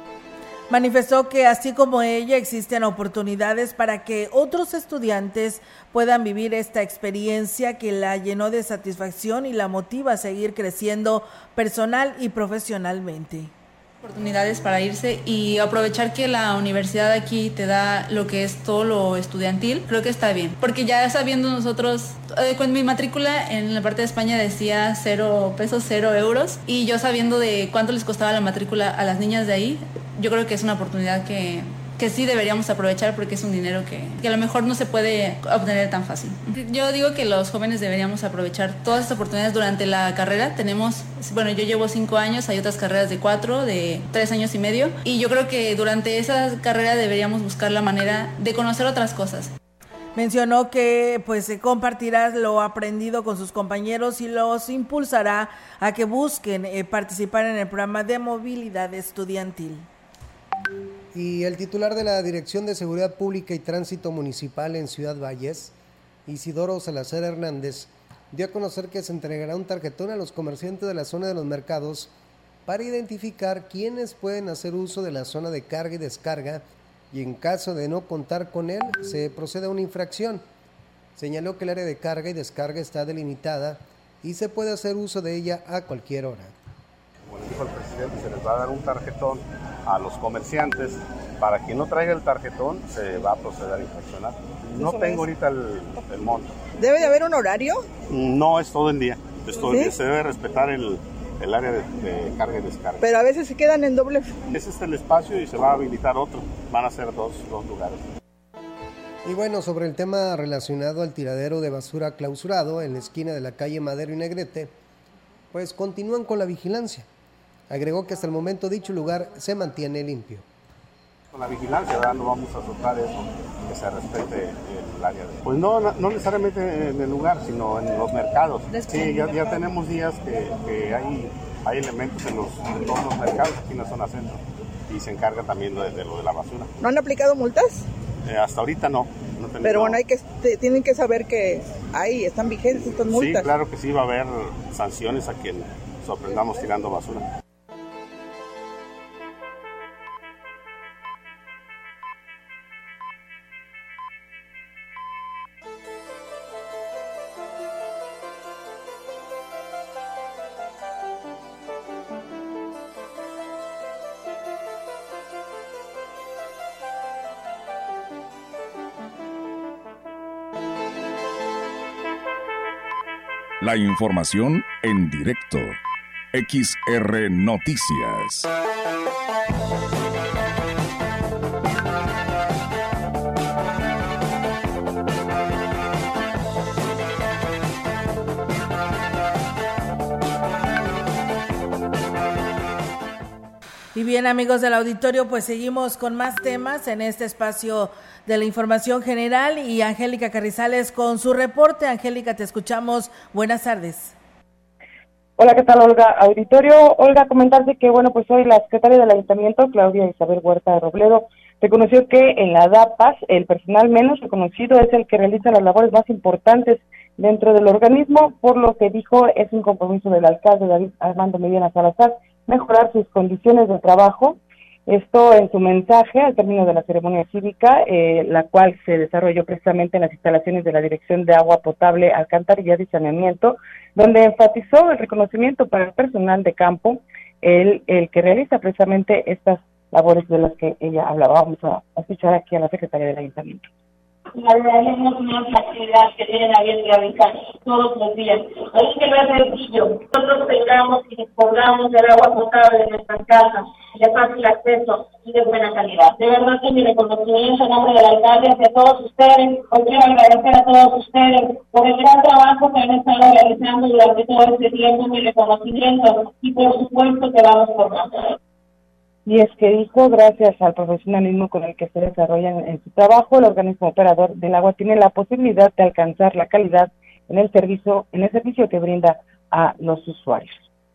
Manifestó que así como ella existen oportunidades para que otros estudiantes puedan vivir esta experiencia que la llenó de satisfacción y la motiva a seguir creciendo personal y profesionalmente. Oportunidades para irse y aprovechar que la universidad aquí te da lo que es todo lo estudiantil, creo que está bien, porque ya sabiendo nosotros, eh, con mi matrícula en la parte de España decía cero pesos, cero euros, y yo sabiendo de cuánto les costaba la matrícula a las niñas de ahí, yo creo que es una oportunidad que, que sí deberíamos aprovechar porque es un dinero que, que a lo mejor no se puede obtener tan fácil. Yo digo que los jóvenes deberíamos aprovechar todas estas oportunidades durante la carrera. Tenemos, bueno, yo llevo cinco años, hay otras carreras de cuatro, de tres años y medio, y yo creo que durante esa carrera deberíamos buscar la manera de conocer otras cosas. Mencionó que pues se compartirá lo aprendido con sus compañeros y los impulsará a que busquen eh, participar en el programa de movilidad estudiantil. Y el titular de la Dirección de Seguridad Pública y Tránsito Municipal en Ciudad Valles, Isidoro Salazar Hernández, dio a conocer que se entregará un tarjetón a los comerciantes de la zona de los mercados para identificar quiénes pueden hacer uso de la zona de carga y descarga, y en caso de no contar con él, se procede a una infracción. Señaló que el área de carga y descarga está delimitada y se puede hacer uso de ella a cualquier hora. Como dijo el presidente, se les va a dar un tarjetón a los comerciantes. Para quien no traiga el tarjetón, se va a proceder a infraccionar. No tengo ahorita el, el monto. ¿Debe de haber un horario? No, es todo el día. Es todo ¿Sí? el día. Se debe respetar el, el área de, de carga y descarga. Pero a veces se quedan en doble. Ese es el espacio y se va a habilitar otro. Van a ser dos, dos lugares. Y bueno, sobre el tema relacionado al tiradero de basura clausurado en la esquina de la calle Madero y Negrete, pues continúan con la vigilancia. Agregó que hasta el momento dicho lugar se mantiene limpio. Con la vigilancia, ¿verdad? No vamos a soltar eso, que se respete el área de... Pues no, no necesariamente en el lugar, sino en los mercados. Sí, ya, ya tenemos días que, que hay, hay elementos en, los, en todos los mercados, aquí en la zona centro, y se encarga también de, de lo de la basura. ¿No han aplicado multas? Eh, hasta ahorita no. no tenemos, Pero bueno, hay que te, tienen que saber que ahí están vigentes estas multas. Sí, claro que sí, va a haber sanciones a quien sorprendamos tirando basura. La información en directo. X R Noticias. Y bien, amigos del auditorio, pues seguimos con más temas en este espacio de la información general y Angélica Carrizales con su reporte. Angélica, te escuchamos. Buenas tardes. Hola, ¿qué tal, Olga? Auditorio, Olga, comentarte que, bueno, pues hoy la secretaria del Ayuntamiento, Claudia Isabel Huerta de Robledo, reconoció que en la DAPAS el personal menos reconocido es el que realiza las labores más importantes dentro del organismo, por lo que dijo es un compromiso del alcalde David Armando Medina Salazar mejorar sus condiciones de trabajo. Esto en su mensaje al término de la ceremonia cívica, eh, la cual se desarrolló precisamente en las instalaciones de la Dirección de Agua Potable, Alcantarillado y Saneamiento, donde enfatizó el reconocimiento para el personal de campo, el, el que realiza precisamente estas labores de las que ella hablaba. Vamos a, a escuchar aquí a la secretaria del Ayuntamiento. Valoraremos más la actividad que tienen a bien realizar todos los días. Ahí que no es sencillo. Nosotros tengamos y dispongamos del agua potable en nuestras casas, de fácil acceso y de buena calidad. De verdad que mi reconocimiento en nombre del alcalde hacia todos ustedes. Hoy quiero agradecer a todos ustedes por el gran trabajo que han estado realizando durante todo este tiempo, mi reconocimiento, y por supuesto que vamos por más. Y es que dijo, gracias al profesionalismo con el que se desarrollan en su trabajo, el organismo operador del agua tiene la posibilidad de alcanzar la calidad en el servicio, en el servicio que brinda a los usuarios.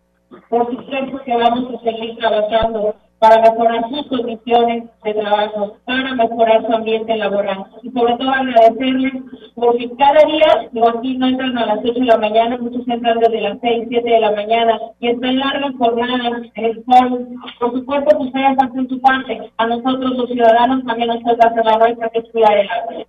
Por supuesto que vamos a seguir trabajando para mejorar sus condiciones de trabajo, para mejorar su ambiente laboral y sobre todo agradecerles porque cada día, digo, aquí no entran a las ocho de la mañana, muchos entran desde las seis, siete de la mañana y están largas jornadas en el sol. Por supuesto que ustedes hacen su parte, a nosotros los ciudadanos también nos toca hacer la nuestra, que es cuidar el agua.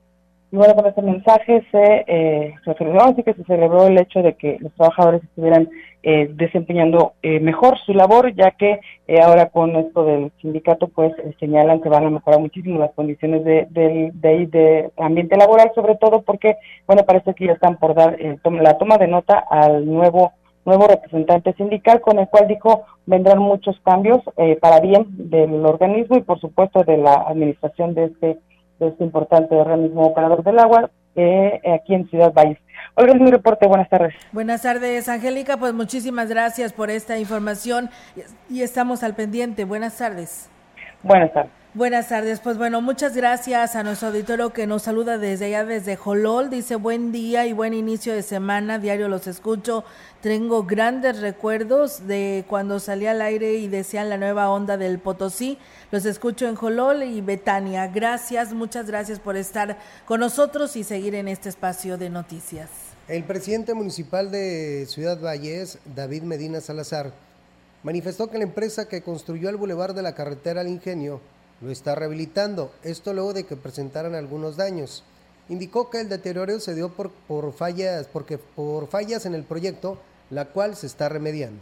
Y bueno, con este mensaje se, eh, se celebró, así que se celebró el hecho de que los trabajadores estuvieran eh, desempeñando eh, mejor su labor, ya que eh, ahora con esto del sindicato, pues eh, señalan que van a mejorar muchísimo las condiciones de, de, de, de ambiente laboral, sobre todo porque, bueno, parece que ya están por dar eh, tom- la toma de nota al nuevo nuevo representante sindical, con el cual dijo vendrán muchos cambios eh, para bien del organismo y, por supuesto, de la administración de este de este importante organismo operador del agua eh, aquí en Ciudad Valles. Olga, es mi reporte. Buenas tardes. Buenas tardes, Angélica. Pues muchísimas gracias por esta información y, y estamos al pendiente. Buenas tardes. Buenas tardes. Buenas tardes, pues bueno, muchas gracias a nuestro auditorio que nos saluda desde allá, desde Jolol. Dice buen día y buen inicio de semana, diario los escucho. Tengo grandes recuerdos de cuando salí al aire y decían la nueva onda del Potosí. Los escucho en Jolol y Betania. Gracias, muchas gracias por estar con nosotros y seguir en este espacio de noticias. El presidente municipal de Ciudad Valles, David Medina Salazar, manifestó que la empresa que construyó el bulevar de la carretera al Ingenio lo está rehabilitando, esto luego de que presentaran algunos daños. Indicó que el deterioro se dio por, por fallas, porque por fallas en el proyecto, la cual se está remediando.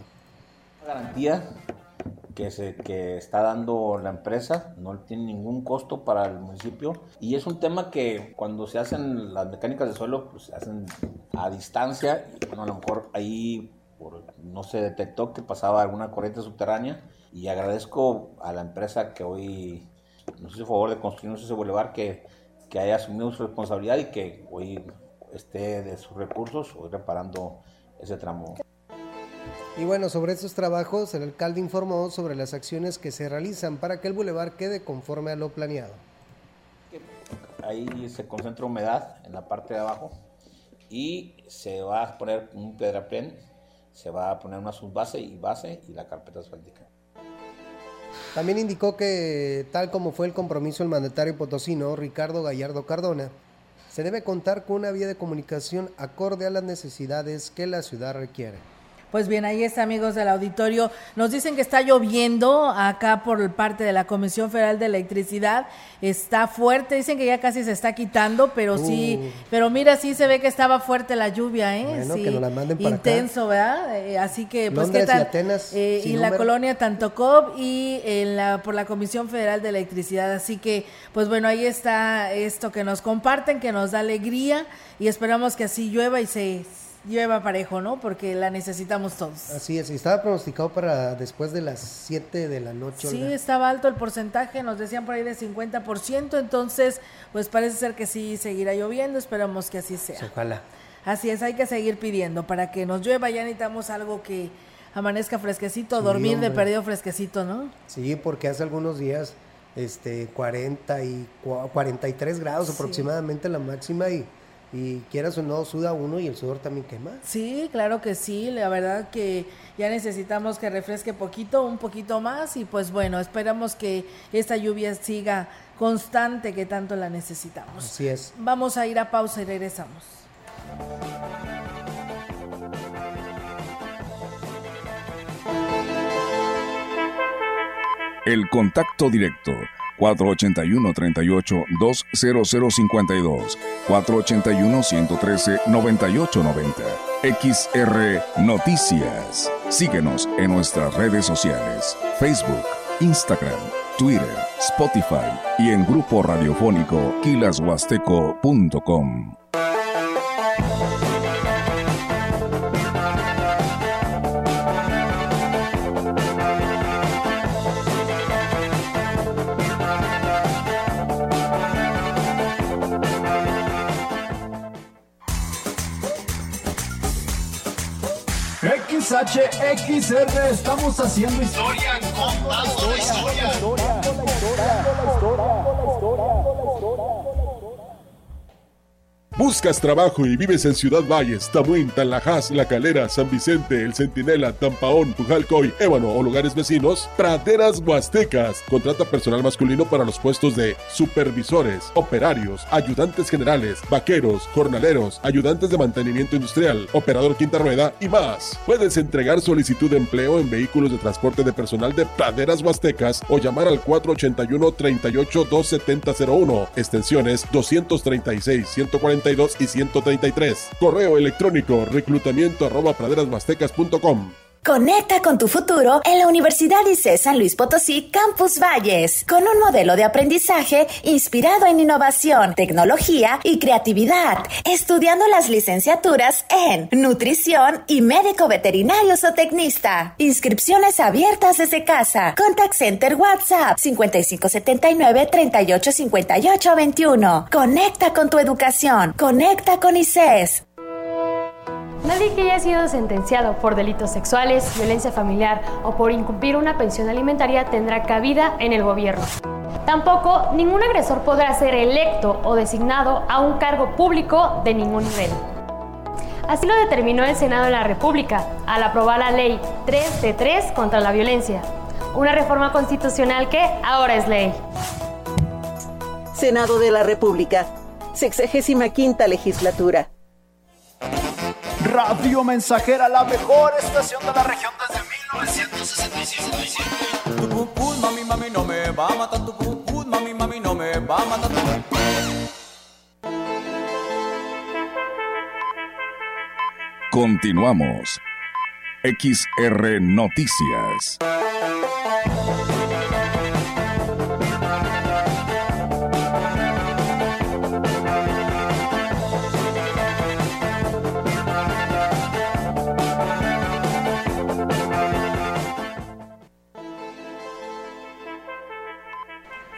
La garantía que se que está dando la empresa no tiene ningún costo para el municipio y es un tema que cuando se hacen las mecánicas de suelo pues se hacen a distancia y bueno, a lo mejor ahí por, no se detectó que pasaba alguna corriente subterránea y agradezco a la empresa que hoy nos hizo favor de construirnos ese bulevar, que, que haya asumido su responsabilidad y que hoy esté de sus recursos hoy reparando ese tramo. Y bueno, sobre estos trabajos, el alcalde informó sobre las acciones que se realizan para que el bulevar quede conforme a lo planeado. Ahí se concentra humedad en la parte de abajo y se va a poner un piedraplén, se va a poner una subbase y base y la carpeta asfáltica. También indicó que, tal como fue el compromiso del mandatario potosino, Ricardo Gallardo Cardona, se debe contar con una vía de comunicación acorde a las necesidades que la ciudad requiere. Pues bien, ahí está, amigos del auditorio. Nos dicen que está lloviendo acá por parte de la Comisión Federal de Electricidad. Está fuerte, dicen que ya casi se está quitando, pero uh. sí, pero mira, sí se ve que estaba fuerte la lluvia, ¿eh? Bueno, sí, que nos la manden para intenso, acá. ¿verdad? Eh, así que, pues, Londres ¿qué tal? Y Atenas, eh, y la colonia Tantocob y en la, por la Comisión Federal de Electricidad. Así que, pues bueno, ahí está esto que nos comparten, que nos da alegría y esperamos que así llueva y se... llueva parejo, ¿no? Porque la necesitamos todos. Así es, y estaba pronosticado para después de las siete de la noche. Sí, Olga. Estaba alto el porcentaje, nos decían por ahí de cincuenta por ciento, entonces, pues parece ser que sí seguirá lloviendo, esperamos que así sea. Ojalá. Así es, hay que seguir pidiendo para que nos llueva, ya necesitamos algo que amanezca fresquecito, sí, dormir hombre. de perdido fresquecito, ¿no? Sí, porque hace algunos días, este, cuarenta y cuarenta y tres grados sí. aproximadamente la máxima y... y quieras o no, suda uno y el sudor también quema. Sí, claro que sí, la verdad que ya necesitamos que refresque poquito, un poquito más y pues bueno, esperamos que esta lluvia siga constante que tanto la necesitamos. Así es. Vamos a ir a pausa y regresamos. El contacto directo cuatro ochenta y uno, treinta y ocho, dos cero cero cincuenta y dos, cuatro ochenta y uno, ciento trece, noventa y ocho noventa. X R Noticias. Síguenos en nuestras redes sociales, Facebook, Instagram, Twitter, Spotify y en grupo radiofónico quilas huasteco punto com. X H X R, estamos haciendo historia, contando la historia. ¿Buscas trabajo y vives en Ciudad Valles, Tamuín, Tanlajas, La Calera, San Vicente, El Centinela, Tampaón, Pujalcoy, Ébano o lugares vecinos? Praderas Huastecas. Contrata personal masculino para los puestos de supervisores, operarios, ayudantes generales, vaqueros, jornaleros, ayudantes de mantenimiento industrial, operador quinta rueda y más. Puedes entregar solicitud de empleo en vehículos de transporte de personal de Praderas Huastecas o llamar al cuatro ochenta y uno, treinta y ocho, dos setenta cero uno, extensiones doscientos treinta y seis, ciento cuarenta y dos y ciento treinta y tres. Correo electrónico reclutamiento arroba praderas huastecas punto com. Conecta con tu futuro en la Universidad I C E San Luis Potosí Campus Valles, con un modelo de aprendizaje inspirado en innovación, tecnología y creatividad, estudiando las licenciaturas en nutrición y médico veterinario zootecnista. Inscripciones abiertas desde casa. Contact Center WhatsApp cincuenta y cinco setenta y nueve, treinta y ocho cincuenta y ocho veintiuno. Conecta con tu educación. Conecta con I C E S. Nadie que haya sido sentenciado por delitos sexuales, violencia familiar o por incumplir una pensión alimentaria tendrá cabida en el gobierno. Tampoco ningún agresor podrá ser electo o designado a un cargo público de ningún nivel. Así lo determinó el Senado de la República al aprobar la Ley tres de tres contra la violencia, una reforma constitucional que ahora es ley. Senado de la República, sexagésima quinta legislatura. Radio Mensajera, la mejor estación de la región desde mil novecientos sesenta y siete. Tu pupus, mami, mami, no me va a matar. Tu pupus, mami, mami, no me va a matar. Continuamos. X R Noticias.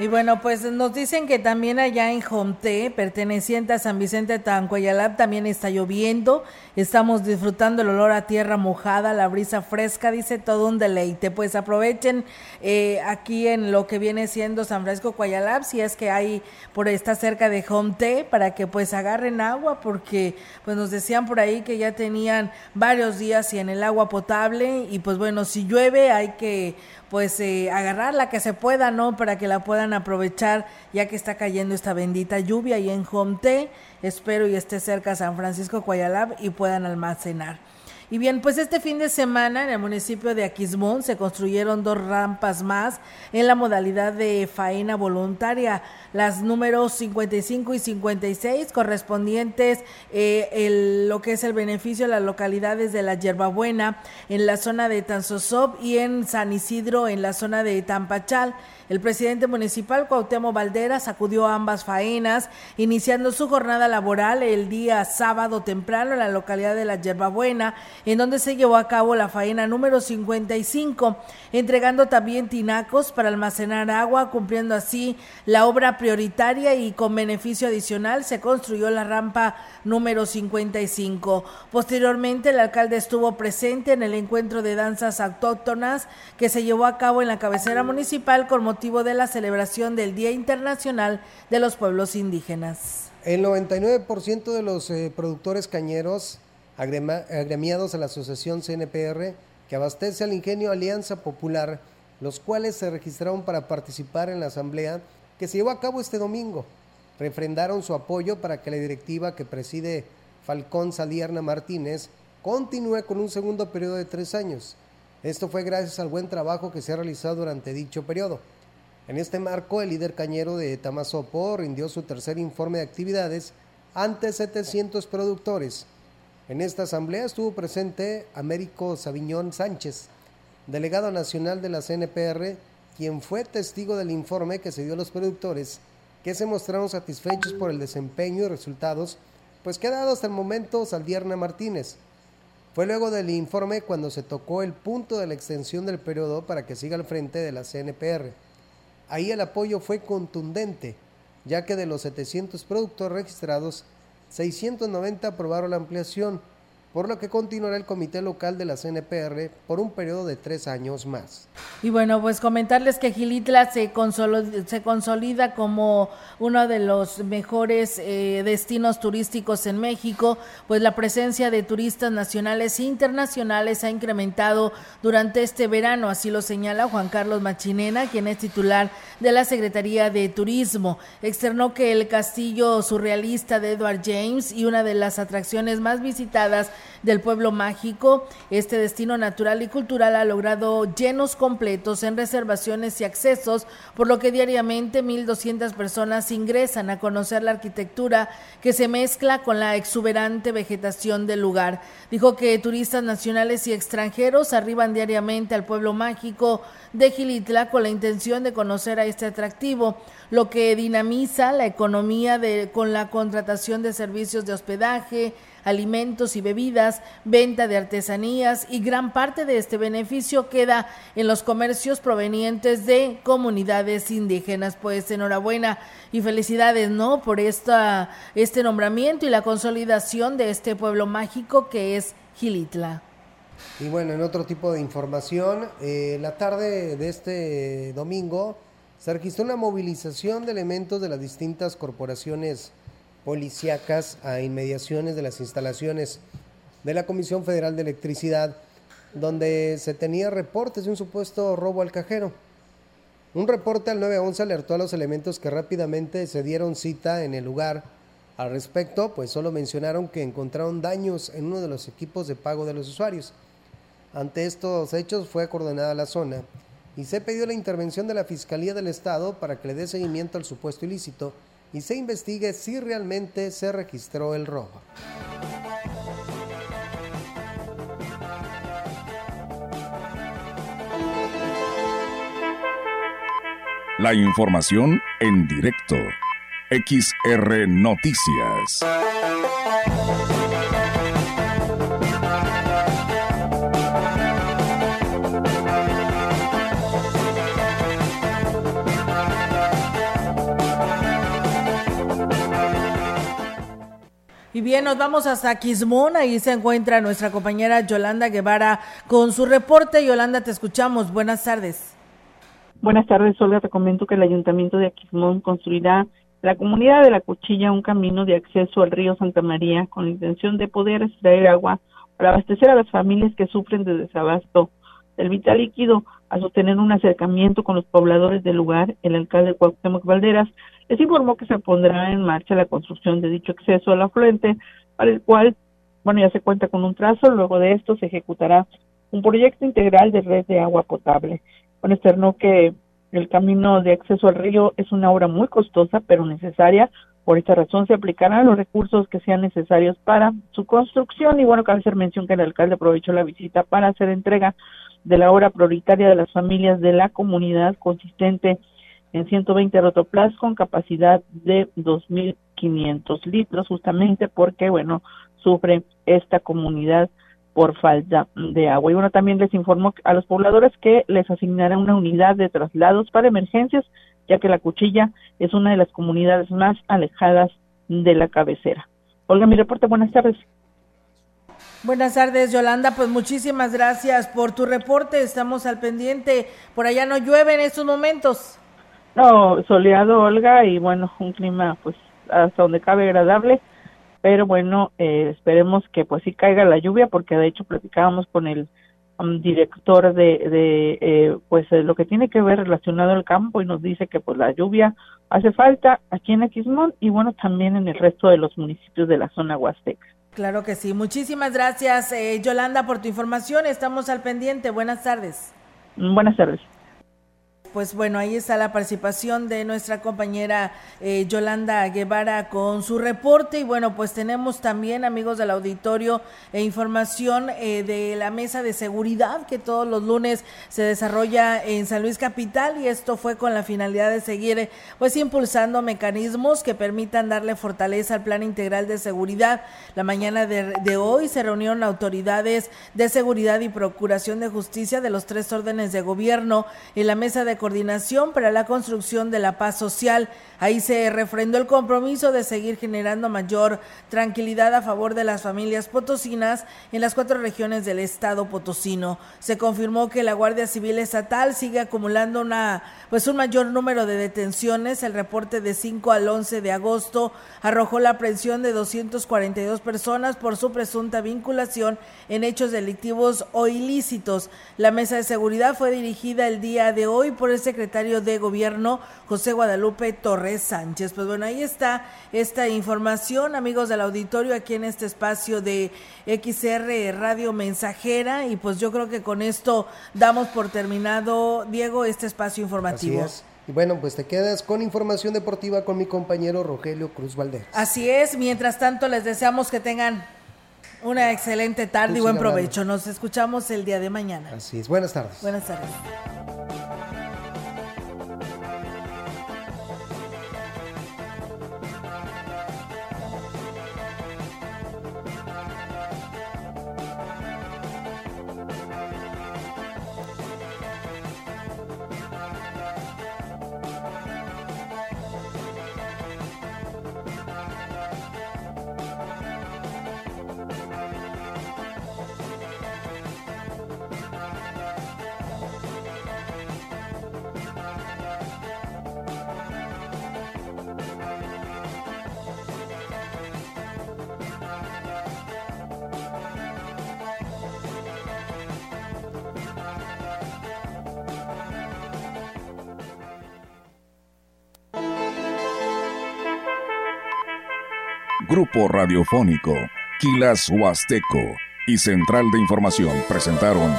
Y bueno, pues nos dicen que también allá en Jomté, perteneciente a San Vicente Tancuayalab, también está lloviendo. Estamos disfrutando el olor a tierra mojada, la brisa fresca, dice, todo un deleite. Pues aprovechen eh, aquí en lo que viene siendo San Francisco Cuayalab, si es que hay, por está cerca de Jomté, para que pues agarren agua, porque pues nos decían por ahí que ya tenían varios días sin el agua potable, y pues bueno, si llueve hay que pues eh, agarrar la que se pueda, ¿no? Para que la puedan aprovechar, ya que está cayendo esta bendita lluvia ahí en Jomté. Espero y esté cerca San Francisco Cuayalab y puedan almacenar. Y bien, pues este fin de semana en el municipio de Aquismón se construyeron dos rampas más en la modalidad de faena voluntaria, las números cincuenta y cinco y cincuenta y seis, correspondientes eh, el, lo que es el beneficio de las localidades de la Yerbabuena en la zona de Tanzosop y en San Isidro en la zona de Tampachal. El presidente municipal, Cuauhtémoc Valderas, acudió a ambas faenas, iniciando su jornada laboral el día sábado temprano en la localidad de la Yerbabuena, en donde se llevó a cabo la faena número cincuenta y cinco, entregando también tinacos para almacenar agua, cumpliendo así la obra prioritaria, y con beneficio adicional se construyó la rampa número cincuenta y cinco. Posteriormente, el alcalde estuvo presente en el encuentro de danzas autóctonas que se llevó a cabo en la cabecera municipal con motivo de la celebración del Día Internacional de los Pueblos Indígenas. El noventa y nueve por ciento de los eh, productores cañeros agrema, agremiados a la asociación C N P R, que abastece al ingenio Alianza Popular, los cuales se registraron para participar en la asamblea que se llevó a cabo este domingo, refrendaron su apoyo para que la directiva que preside Falcón Salierna Martínez continúe con un segundo periodo de tres años. Esto fue gracias al buen trabajo que se ha realizado durante dicho periodo. En este marco, el líder cañero de Tamazopo rindió su tercer informe de actividades ante setecientos productores. En esta asamblea estuvo presente Américo Sabiñón Sánchez, delegado nacional de la C N P R, quien fue testigo del informe que se dio a los productores, que se mostraron satisfechos por el desempeño y resultados pues que ha dado hasta el momento Saldierna Martínez. Fue luego del informe cuando se tocó el punto de la extensión del periodo para que siga al frente de la C N P R. Ahí el apoyo fue contundente, ya que de los setecientos productores registrados, seiscientos noventa aprobaron la ampliación, por lo que continuará el comité local de la C N P R por un periodo de tres años más. Y bueno, pues comentarles que Xilitla se consolida, se consolida como uno de los mejores eh, destinos turísticos en México, pues la presencia de turistas nacionales e internacionales ha incrementado durante este verano, así lo señala Juan Carlos Machinena, quien es titular de la Secretaría de Turismo. Externó que el castillo surrealista de Edward James y una de las atracciones más visitadas del pueblo mágico, este destino natural y cultural ha logrado llenos completos en reservaciones y accesos, por lo que diariamente mil doscientas personas ingresan a conocer la arquitectura que se mezcla con la exuberante vegetación del lugar. Dijo que turistas nacionales y extranjeros arriban diariamente al pueblo mágico de Xilitla con la intención de conocer a este atractivo, lo que dinamiza la economía de, con la contratación de servicios de hospedaje, alimentos y bebidas, venta de artesanías, y gran parte de este beneficio queda en los comercios provenientes de comunidades indígenas. Pues enhorabuena y felicidades, ¿no?, por esta, este nombramiento y la consolidación de este pueblo mágico que es Xilitla. Y bueno, en otro tipo de información, eh, la tarde de este domingo se registró una movilización de elementos de las distintas corporaciones policíacas a inmediaciones de las instalaciones de la Comisión Federal de Electricidad, donde se tenía reportes de un supuesto robo al cajero. Un reporte al nueve once alertó a los elementos que rápidamente se dieron cita en el lugar. Al respecto, pues solo mencionaron que encontraron daños en uno de los equipos de pago de los usuarios. Ante estos hechos fue acordonada la zona y se pidió la intervención de la Fiscalía del Estado para que le dé seguimiento al supuesto ilícito y se investigue si realmente se registró el robo. La información en directo. X R Noticias. Y bien, nos vamos hasta Quismón, ahí se encuentra nuestra compañera Yolanda Guevara con su reporte. Yolanda, te escuchamos, buenas tardes. Buenas tardes, Olga, te comento que el Ayuntamiento de Aquismón construirá la comunidad de La Cuchilla un camino de acceso al río Santa María con la intención de poder extraer agua para abastecer a las familias que sufren de desabasto del vital líquido. Al sostener un acercamiento con los pobladores del lugar, el alcalde Cuauhtémoc Valderas les informó que se pondrá en marcha la construcción de dicho acceso al afluente, para el cual, bueno, ya se cuenta con un trazo. Luego de esto se ejecutará un proyecto integral de red de agua potable. Bueno, externó que el camino de acceso al río es una obra muy costosa, pero necesaria. Por esta razón se aplicarán los recursos que sean necesarios para su construcción. Y bueno, cabe hacer mención que el alcalde aprovechó la visita para hacer entrega de la obra prioritaria de las familias de la comunidad, consistente en ciento veinte rotoplas con capacidad de dos mil quinientos litros, justamente porque, bueno, sufre esta comunidad por falta de agua. Y bueno, también les informó a los pobladores que les asignará una unidad de traslados para emergencias, ya que La Cuchilla es una de las comunidades más alejadas de la cabecera. Olga, mi reporte, buenas tardes. Buenas tardes, Yolanda, pues muchísimas gracias por tu reporte, estamos al pendiente. Por allá no llueve en estos momentos. No, soleado, Olga, y bueno, un clima pues hasta donde cabe agradable, pero bueno, eh, esperemos que pues sí caiga la lluvia, porque de hecho platicábamos con el um, director de, de eh, pues eh, lo que tiene que ver relacionado al campo, y nos dice que pues la lluvia hace falta aquí en Aquismón y bueno, también en el resto de los municipios de la zona huasteca. Claro que sí, muchísimas gracias, eh, Yolanda, por tu información, estamos al pendiente, buenas tardes. Buenas tardes. Pues bueno, ahí está la participación de nuestra compañera eh, Yolanda Guevara con su reporte. Y bueno, pues tenemos también, amigos del auditorio, eh, información eh, de la mesa de seguridad que todos los lunes se desarrolla en San Luis Capital, y esto fue con la finalidad de seguir eh, pues impulsando mecanismos que permitan darle fortaleza al Plan Integral de Seguridad. La mañana de, de hoy se reunieron autoridades de seguridad y procuración de justicia de los tres órdenes de gobierno en la mesa de coordinación para la construcción de la paz social. Ahí se refrendó el compromiso de seguir generando mayor tranquilidad a favor de las familias potosinas en las cuatro regiones del estado potosino. Se confirmó que la Guardia Civil Estatal sigue acumulando una pues un mayor número de detenciones. El reporte de cinco al once de agosto arrojó la aprehensión de doscientas cuarenta y dos personas por su presunta vinculación en hechos delictivos o ilícitos. La mesa de seguridad fue dirigida el día de hoy por el secretario de Gobierno, José Guadalupe Torres Sánchez. Pues bueno, ahí está esta información, amigos del auditorio, aquí en este espacio de X R Radio Mensajera, y pues yo creo que con esto damos por terminado, Diego, este espacio informativo. Así es. Y bueno, pues te quedas con información deportiva con mi compañero Rogelio Cruz Valdez. Así es, mientras tanto les deseamos que tengan una excelente tarde y buen provecho. Nos escuchamos el día de mañana. Así es, buenas tardes. Buenas tardes. Grupo Radiofónico, Quilas Huasteco y Central de Información presentaron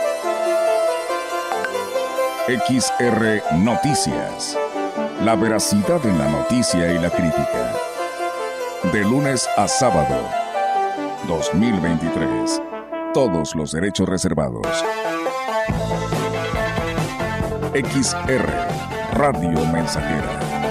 X R Noticias. La veracidad en la noticia y la crítica. De lunes a sábado, dos mil veintitrés. Todos los derechos reservados. X R Radio Mensajera.